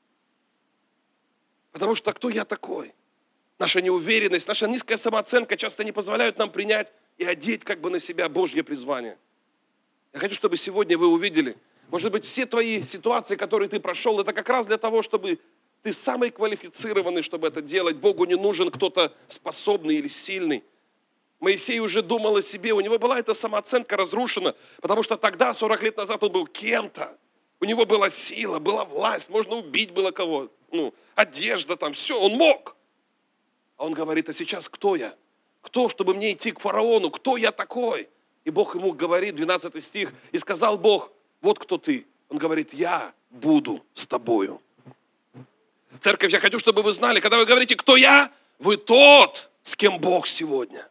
Потому что кто я такой? Наша неуверенность, наша низкая самооценка часто не позволяют нам принять и одеть как бы на себя Божье призвание. Я хочу, чтобы сегодня вы увидели, может быть, все твои ситуации, которые ты прошел, это как раз для того, чтобы ты самый квалифицированный, чтобы это делать. Богу не нужен кто-то способный или сильный. Моисей уже думал о себе, у него была эта самооценка разрушена, потому что тогда, сорок лет назад, он был кем-то. У него была сила, была власть, можно убить было кого. Ну, одежда там, все, он мог. А он говорит, а сейчас кто я? Кто, чтобы мне идти к фараону? Кто я такой? И Бог ему говорит, двенадцатый стих, и сказал Бог, вот кто ты. Он говорит, я буду с тобою. Церковь, я хочу, чтобы вы знали, когда вы говорите, кто я, вы тот, с кем Бог сегодня.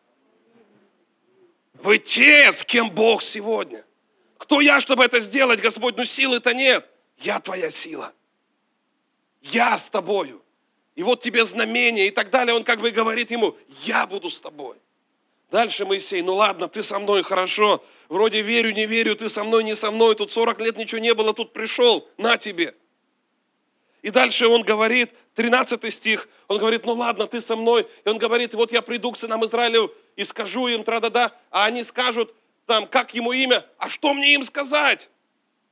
Вы те, с кем Бог сегодня. Кто я, чтобы это сделать, Господь? Ну силы-то нет. Я твоя сила. Я с тобою. И вот тебе знамение и так далее. Он как бы говорит ему, я буду с тобой. Дальше Моисей, ну ладно, ты со мной, хорошо. Вроде верю, не верю, ты со мной, не со мной. Тут сорок лет ничего не было, тут пришел, на тебе. И дальше он говорит, тринадцатый стих, он говорит, ну ладно, ты со мной. И он говорит, вот я приду к сынам Израилю и скажу им, тра-да-да, а они скажут, там, как ему имя, а что мне им сказать?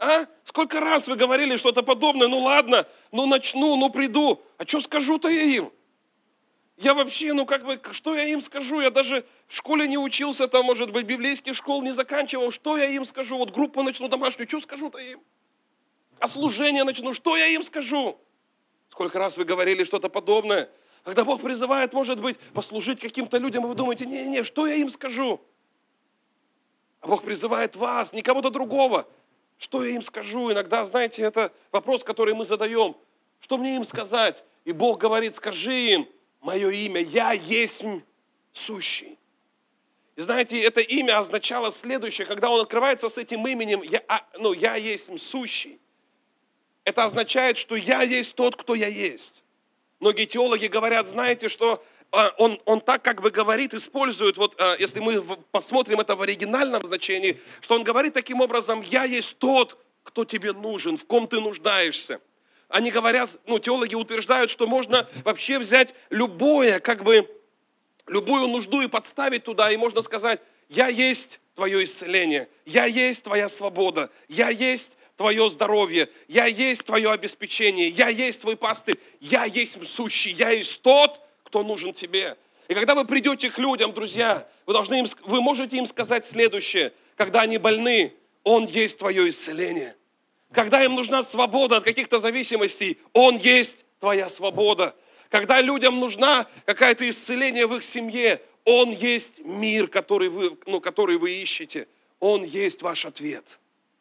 А? Сколько раз вы говорили что-то подобное? Ну ладно, ну начну, ну приду. А что скажу-то я им? Я вообще, ну как бы, что я им скажу? Я даже в школе не учился, там, может быть, библейских школ не заканчивал. Что я им скажу? Вот группу начну домашнюю, что скажу-то им? А служение начну, что я им скажу? Сколько раз вы говорили что-то подобное? Когда Бог призывает, может быть, послужить каким-то людям, и вы думаете, не-не-не, что я им скажу? А Бог призывает вас, не кого-то другого. Что я им скажу? Иногда, знаете, это вопрос, который мы задаем. Что мне им сказать? И Бог говорит, скажи им, мое имя, я есть сущий. И знаете, это имя означало следующее, когда он открывается с этим именем, я, ну, я есть сущий. Это означает, что я есть тот, кто я есть. Многие теологи говорят, знаете, что он, он так как бы говорит, использует, вот если мы посмотрим это в оригинальном значении, что он говорит таким образом, я есть тот, кто тебе нужен, в ком ты нуждаешься. Они говорят, ну, теологи утверждают, что можно вообще взять любое, как бы, любую нужду и подставить туда, и можно сказать, я есть твое исцеление, я есть твоя свобода, я есть твое здоровье, я есть твое обеспечение, я есть твой пастырь, я есть сущий, я есть тот, кто нужен тебе. И когда вы придете к людям, друзья, вы, должны им, вы можете им сказать следующее, когда они больны, Он есть твое исцеление. Когда им нужна свобода от каких-то зависимостей, Он есть твоя свобода. Когда людям нужна какое-то исцеление в их семье, Он есть мир, который вы, ну, который вы ищете. Он есть ваш ответ.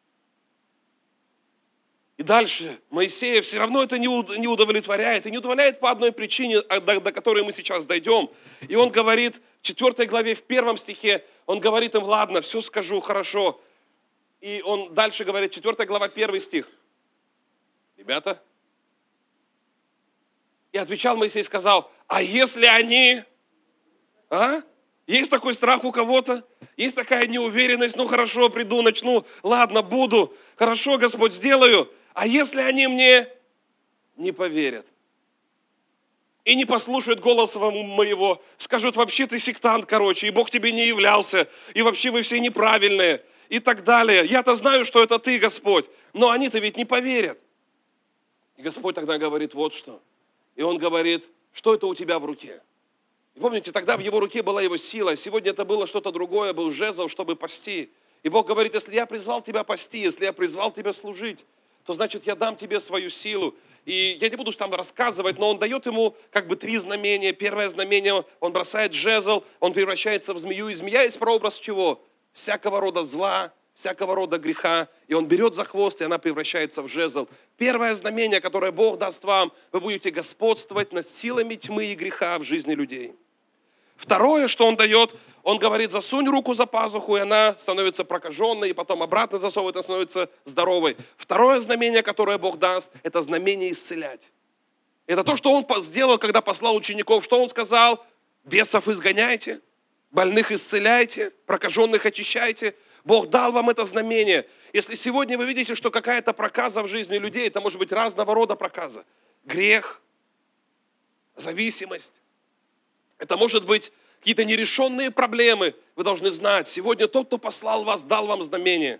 И дальше Моисея все равно это не удовлетворяет. И не удовлетворяет по одной причине, до, до которой мы сейчас дойдем. И он говорит в четвёртой главе, в первом стихе, он говорит им, ладно, все скажу, хорошо. И он дальше говорит, четвёртая глава, первый стих. Ребята. И отвечал Моисей и сказал, а если они... А? Есть такой страх у кого-то? Есть такая неуверенность, ну хорошо, приду, начну, ладно, буду. Хорошо, Господь, сделаю. А если они мне не поверят? И не послушают голоса моего, скажут, вообще ты сектант, короче, и Бог тебе не являлся, и вообще вы все неправильные. И так далее. Я-то знаю, что это ты, Господь. Но они-то ведь не поверят. И Господь тогда говорит вот что. И Он говорит, что это у тебя в руке? И помните, тогда в его руке была его сила. Сегодня это было что-то другое, был жезл, чтобы пасти. И Бог говорит, если я призвал тебя пасти, если я призвал тебя служить, то значит я дам тебе свою силу. И я не буду там рассказывать, но Он дает ему как бы три знамения. Первое знамение, он бросает жезл, он превращается в змею. И змея есть прообраз чего? Всякого рода зла, всякого рода греха. И он берет за хвост, и она превращается в жезл. Первое знамение, которое Бог даст вам, вы будете господствовать над силами тьмы и греха в жизни людей. Второе, что он дает, он говорит, засунь руку за пазуху, и она становится прокаженной, и потом обратно засовывает, она становится здоровой. Второе знамение, которое Бог даст, это знамение исцелять. Это то, что он сделал, когда послал учеников. Что он сказал? Бесов изгоняйте, больных исцеляйте, прокаженных очищайте. Бог дал вам это знамение. Если сегодня вы видите, что какая-то проказа в жизни людей, это может быть разного рода проказа. Грех, зависимость. Это может быть какие-то нерешенные проблемы. Вы должны знать, сегодня тот, кто послал вас, дал вам знамение.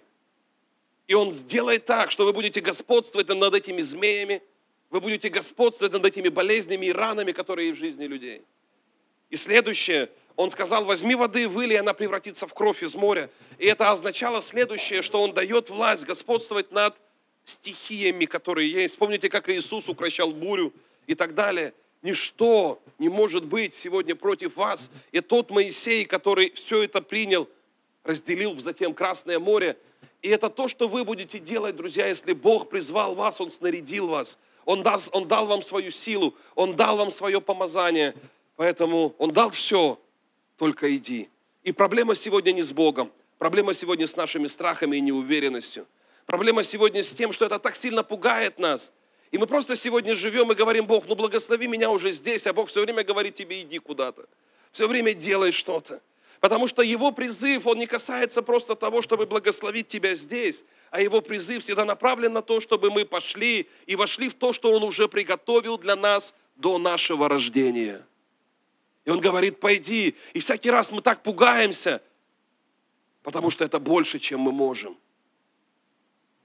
И Он сделает так, что вы будете господствовать над этими змеями, вы будете господствовать над этими болезнями и ранами, которые есть в жизни людей. И следующее, Он сказал, возьми воды, вылей, она превратится в кровь из моря. И это означало следующее, что Он дает власть господствовать над стихиями, которые есть. Помните, как Иисус укрощал бурю и так далее. Ничто не может быть сегодня против вас. И тот Моисей, который все это принял, разделил затем Красное море. И это то, что вы будете делать, друзья, если Бог призвал вас, Он снарядил вас. Он, даст, он дал вам свою силу, Он дал вам свое помазание. Поэтому Он дал все, только иди. И проблема сегодня не с Богом. Проблема сегодня с нашими страхами и неуверенностью. Проблема сегодня с тем, что это так сильно пугает нас. И мы просто сегодня живем и говорим, Бог, ну благослови меня уже здесь, а Бог все время говорит тебе, иди куда-то. Все время делай что-то. Потому что Его призыв, он не касается просто того, чтобы благословить тебя здесь, а Его призыв всегда направлен на то, чтобы мы пошли и вошли в то, что Он уже приготовил для нас до нашего рождения. И Он говорит, пойди. И всякий раз мы так пугаемся, потому что это больше, чем мы можем.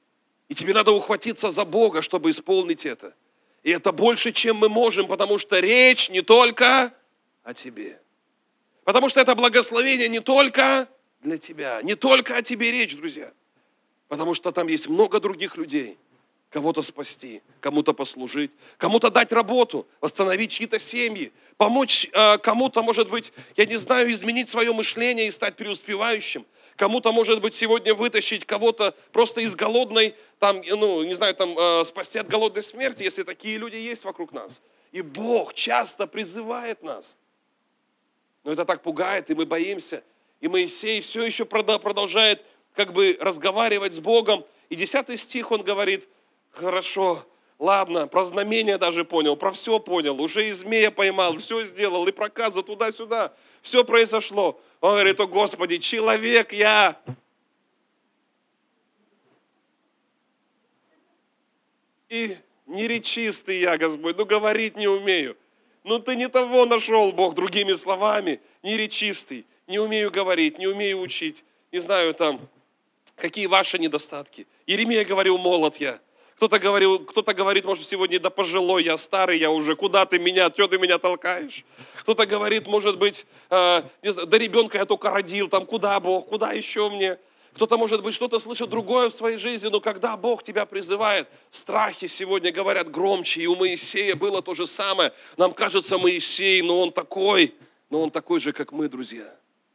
И тебе надо ухватиться за Бога, чтобы исполнить это. И это больше, чем мы можем, потому что речь не только о тебе. Потому что это благословение не только для тебя, не только о тебе речь, друзья. Потому что там есть много других людей. Кого-то спасти, кому-то послужить, кому-то дать работу, восстановить чьи-то семьи, помочь э, кому-то, может быть, я не знаю, изменить свое мышление и стать преуспевающим. Кому-то, может быть, сегодня вытащить кого-то просто из голодной, там, ну, не знаю, там, э, спасти от голодной смерти, если такие люди есть вокруг нас. И Бог часто призывает нас. Но это так пугает, и мы боимся. И Моисей все еще продолжает как бы разговаривать с Богом. И десятый стих он говорит: хорошо, ладно, про знамения даже понял, про все понял, уже и змея поймал, все сделал, и проказу туда-сюда, все произошло. Он говорит: о Господи, человек я. И неречистый я, Господь, ну говорить не умею. Ну ты не того нашел, Бог, другими словами, неречистый, не умею говорить, не умею учить, не знаю там, какие ваши недостатки. Иеремия говорил: молод я. Кто-то говорил, кто-то говорит, может, сегодня: да пожилой я, старый я уже, куда ты меня, что ты меня толкаешь? Кто-то говорит, может быть, э, не знаю, да ребенка я только родил, там, куда Бог, куда еще мне? Кто-то, может быть, что-то слышит другое в своей жизни, но когда Бог тебя призывает, страхи сегодня говорят громче, и у Моисея было то же самое. Нам кажется, Моисей, но он такой, но он такой же, как мы, друзья.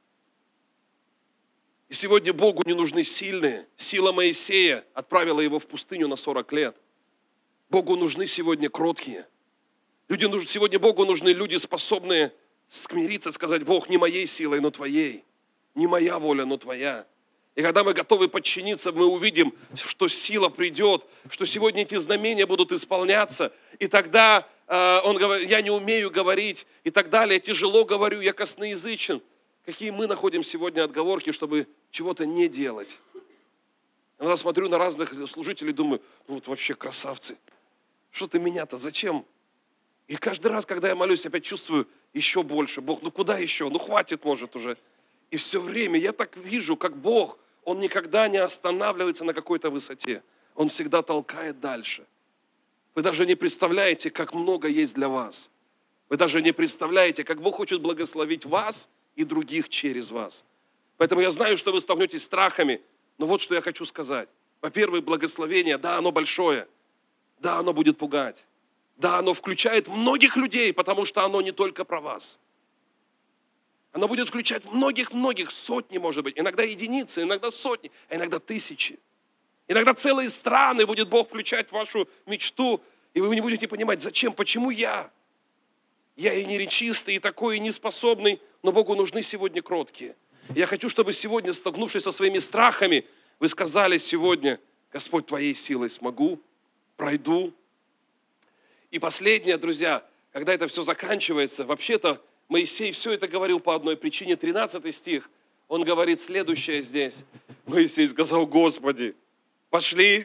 И сегодня Богу не нужны сильные. Сила Моисея отправила его в пустыню на сорок лет. Богу нужны сегодня кроткие. Люди, сегодня Богу нужны люди, способные смириться, сказать: Бог, не моей силой, но Твоей. Не моя воля, но Твоя. И когда мы готовы подчиниться, мы увидим, что сила придет, что сегодня эти знамения будут исполняться. И тогда э, он говорит: я не умею говорить, и так далее, тяжело говорю, я косноязычен. Какие мы находим сегодня отговорки, чтобы чего-то не делать. Иногда смотрю на разных служителей и думаю: ну вот вообще красавцы. Что ты меня-то, зачем? И каждый раз, когда я молюсь, опять чувствую еще больше. Бог, ну куда еще? Ну хватит, может, уже. И все время я так вижу, как Бог, Он никогда не останавливается на какой-то высоте. Он всегда толкает дальше. Вы даже не представляете, как много есть для вас. Вы даже не представляете, как Бог хочет благословить вас и других через вас. Поэтому я знаю, что вы столкнетесь с страхами, но вот что я хочу сказать. Во-первых, благословение, да, оно большое, да, оно будет пугать, да, оно включает многих людей, потому что оно не только про вас. Оно будет включать многих-многих, сотни, может быть, иногда единицы, иногда сотни, а иногда тысячи. Иногда целые страны будет Бог включать в вашу мечту, и вы не будете понимать, зачем, почему я. Я и неречистый, и такой, и неспособный, но Богу нужны сегодня кроткие. Я хочу, чтобы сегодня, столкнувшись со своими страхами, вы сказали сегодня: Господь, Твоей силой смогу, пройду. И последнее, друзья, когда это все заканчивается, вообще-то Моисей все это говорил по одной причине. тринадцатый стих, он говорит следующее здесь. Моисей сказал: Господи, пошли.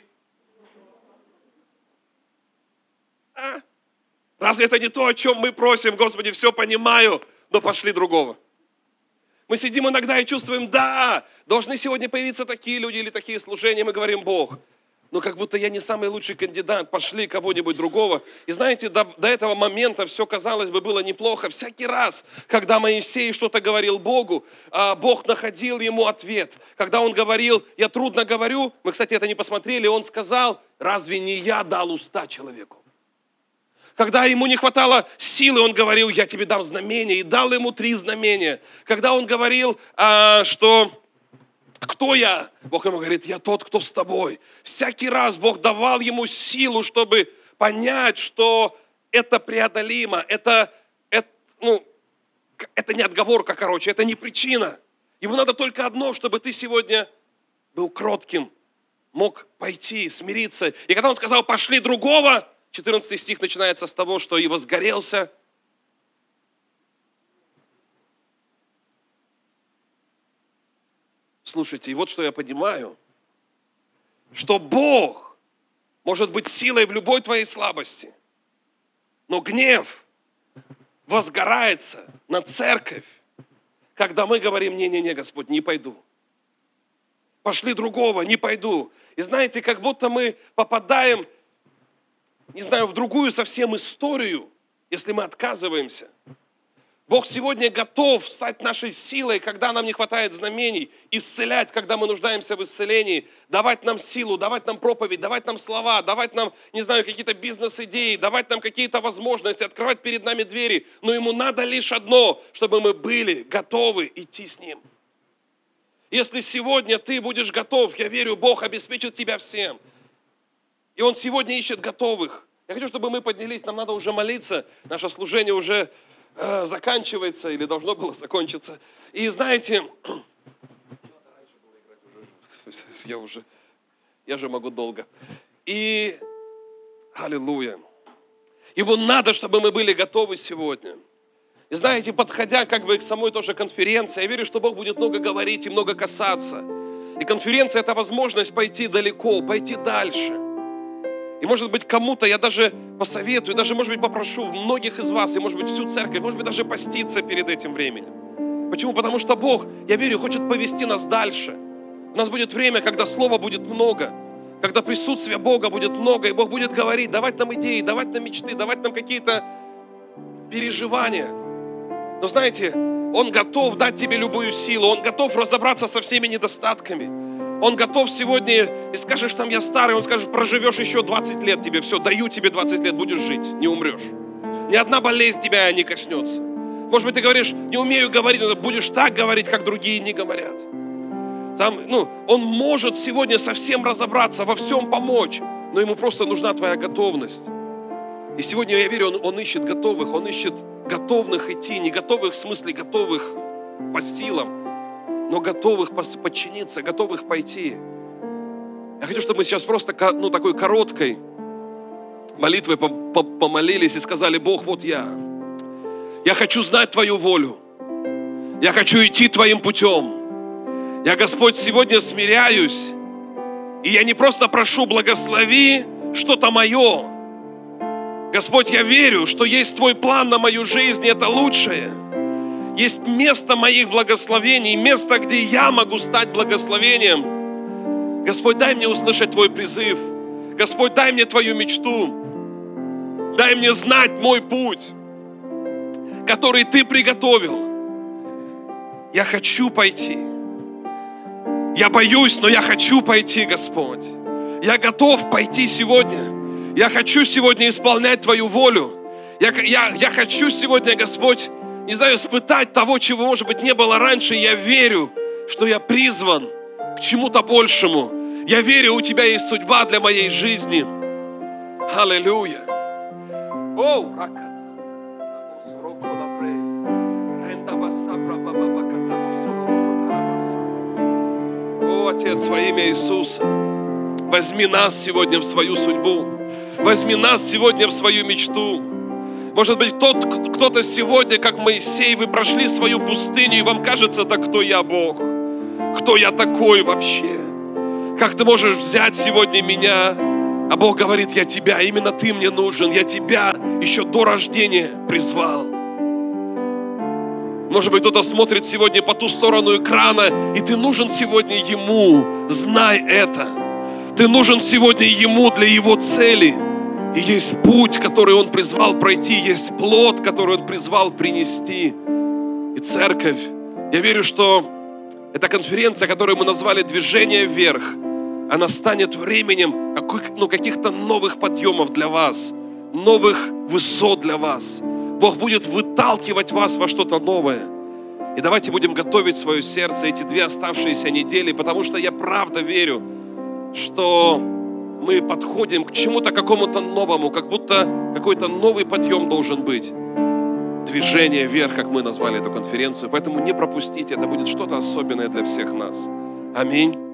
А? Разве это не то, о чем мы просим? Господи, все понимаю, но пошли другого. Мы сидим иногда и чувствуем: да, должны сегодня появиться такие люди или такие служения. Мы говорим: Бог, но как будто я не самый лучший кандидат, пошли кого-нибудь другого. И знаете, до, до этого момента все, казалось бы, было неплохо. Всякий раз, когда Моисей что-то говорил Богу, Бог находил ему ответ. Когда он говорил: я трудно говорю, мы, кстати, это не посмотрели, он сказал: разве не я дал уста человеку? Когда ему не хватало силы, он говорил: я тебе дам знамения, и дал ему три знамения. Когда он говорил, что... Кто я? Бог ему говорит: я тот, кто с тобой. Всякий раз Бог давал ему силу, чтобы понять, что это преодолимо, это, это, ну, это не отговорка, короче, это не причина. Ему надо только одно, чтобы ты сегодня был кротким, мог пойти, смириться. И когда он сказал: пошли другого, четырнадцатый стих начинается с того, что и возгорелся. Слушайте, и вот что я понимаю, что Бог может быть силой в любой твоей слабости, но гнев возгорается на церковь, когда мы говорим: не-не-не, Господь, не пойду. Пошли другого, не пойду. И знаете, как будто мы попадаем, не знаю, в другую совсем историю, если мы отказываемся. Бог сегодня готов стать нашей силой, когда нам не хватает знамений, исцелять, когда мы нуждаемся в исцелении, давать нам силу, давать нам проповедь, давать нам слова, давать нам, не знаю, какие-то бизнес-идеи, давать нам какие-то возможности, открывать перед нами двери. Но Ему надо лишь одно, чтобы мы были готовы идти с Ним. Если сегодня ты будешь готов, я верю, Бог обеспечит тебя всем. И Он сегодня ищет готовых. Я хочу, чтобы мы поднялись, нам надо уже молиться, наше служение уже э, заканчивается или должно было закончиться. И знаете, я уже, я же могу долго. И, аллилуйя, Ему надо, чтобы мы были готовы сегодня. И знаете, подходя как бы к самой тоже конференции, я верю, что Бог будет много говорить и много касаться. И конференция – это возможность пойти далеко, пойти дальше. И может быть кому-то я даже посоветую, даже может быть попрошу многих из вас, и может быть всю церковь, может быть даже поститься перед этим временем. Почему? Потому что Бог, я верю, хочет повести нас дальше. У нас будет время, когда слова будет много, когда присутствия Бога будет много, и Бог будет говорить, давать нам идеи, давать нам мечты, давать нам какие-то переживания. Но знаете, Он готов дать тебе любую силу, Он готов разобраться со всеми недостатками. Он готов сегодня, и скажешь, там я старый, Он скажет, проживешь еще двадцать лет тебе, все, даю тебе двадцать лет, будешь жить, не умрешь. Ни одна болезнь тебя не коснется. Может быть, ты говоришь, не умею говорить, но будешь так говорить, как другие не говорят. Там, ну, Он может сегодня совсем разобраться, во всем помочь, но Ему просто нужна твоя готовность. И сегодня, я верю, Он, он ищет готовых, Он ищет готовых идти, не готовых в смысле готовых по силам, но готовых подчиниться, готовых пойти. Я хочу, чтобы мы сейчас просто ну, такой короткой молитвой помолились и сказали, Бог, вот я. Я хочу знать Твою волю. Я хочу идти Твоим путем. Я, Господь, сегодня смиряюсь. И я не просто прошу, благослови что-то мое. Господь, я верю, что есть Твой план на мою жизнь, и это лучшее. Есть место моих благословений, место, где я могу стать благословением. Господь, дай мне услышать Твой призыв. Господь, дай мне Твою мечту. Дай мне знать мой путь, который Ты приготовил. Я хочу пойти. Я боюсь, но я хочу пойти, Господь. Я готов пойти сегодня. Я хочу сегодня исполнять Твою волю. Я, я, я хочу сегодня, Господь, не знаю, испытать того, чего, может быть, не было раньше. Я верю, что я призван к чему-то большему. Я верю, у Тебя есть судьба для моей жизни. Аллилуйя. О, Отец, во имя Иисуса, возьми нас сегодня в свою судьбу. Возьми нас сегодня в свою мечту. Может быть, тот, кто-то сегодня, как Моисей, вы прошли свою пустыню, и вам кажется, да кто я, Бог? Кто я такой вообще? Как ты можешь взять сегодня меня? А Бог говорит, я тебя, именно ты мне нужен. Я тебя еще до рождения призвал. Может быть, кто-то смотрит сегодня по ту сторону экрана, и ты нужен сегодня Ему. Знай это. Ты нужен сегодня Ему для Его цели. И есть путь, который Он призвал пройти, есть плод, который Он призвал принести. И церковь, я верю, что эта конференция, которую мы назвали «Движение вверх», она станет временем ну, каких-то новых подъемов для вас, новых высот для вас. Бог будет выталкивать вас во что-то новое. И давайте будем готовить свое сердце эти две оставшиеся недели, потому что я правда верю, что мы подходим к чему-то какому-то новому, как будто какой-то новый подъем должен быть. Движение вверх, как мы назвали эту конференцию. Поэтому не пропустите, это будет что-то особенное для всех нас. Аминь.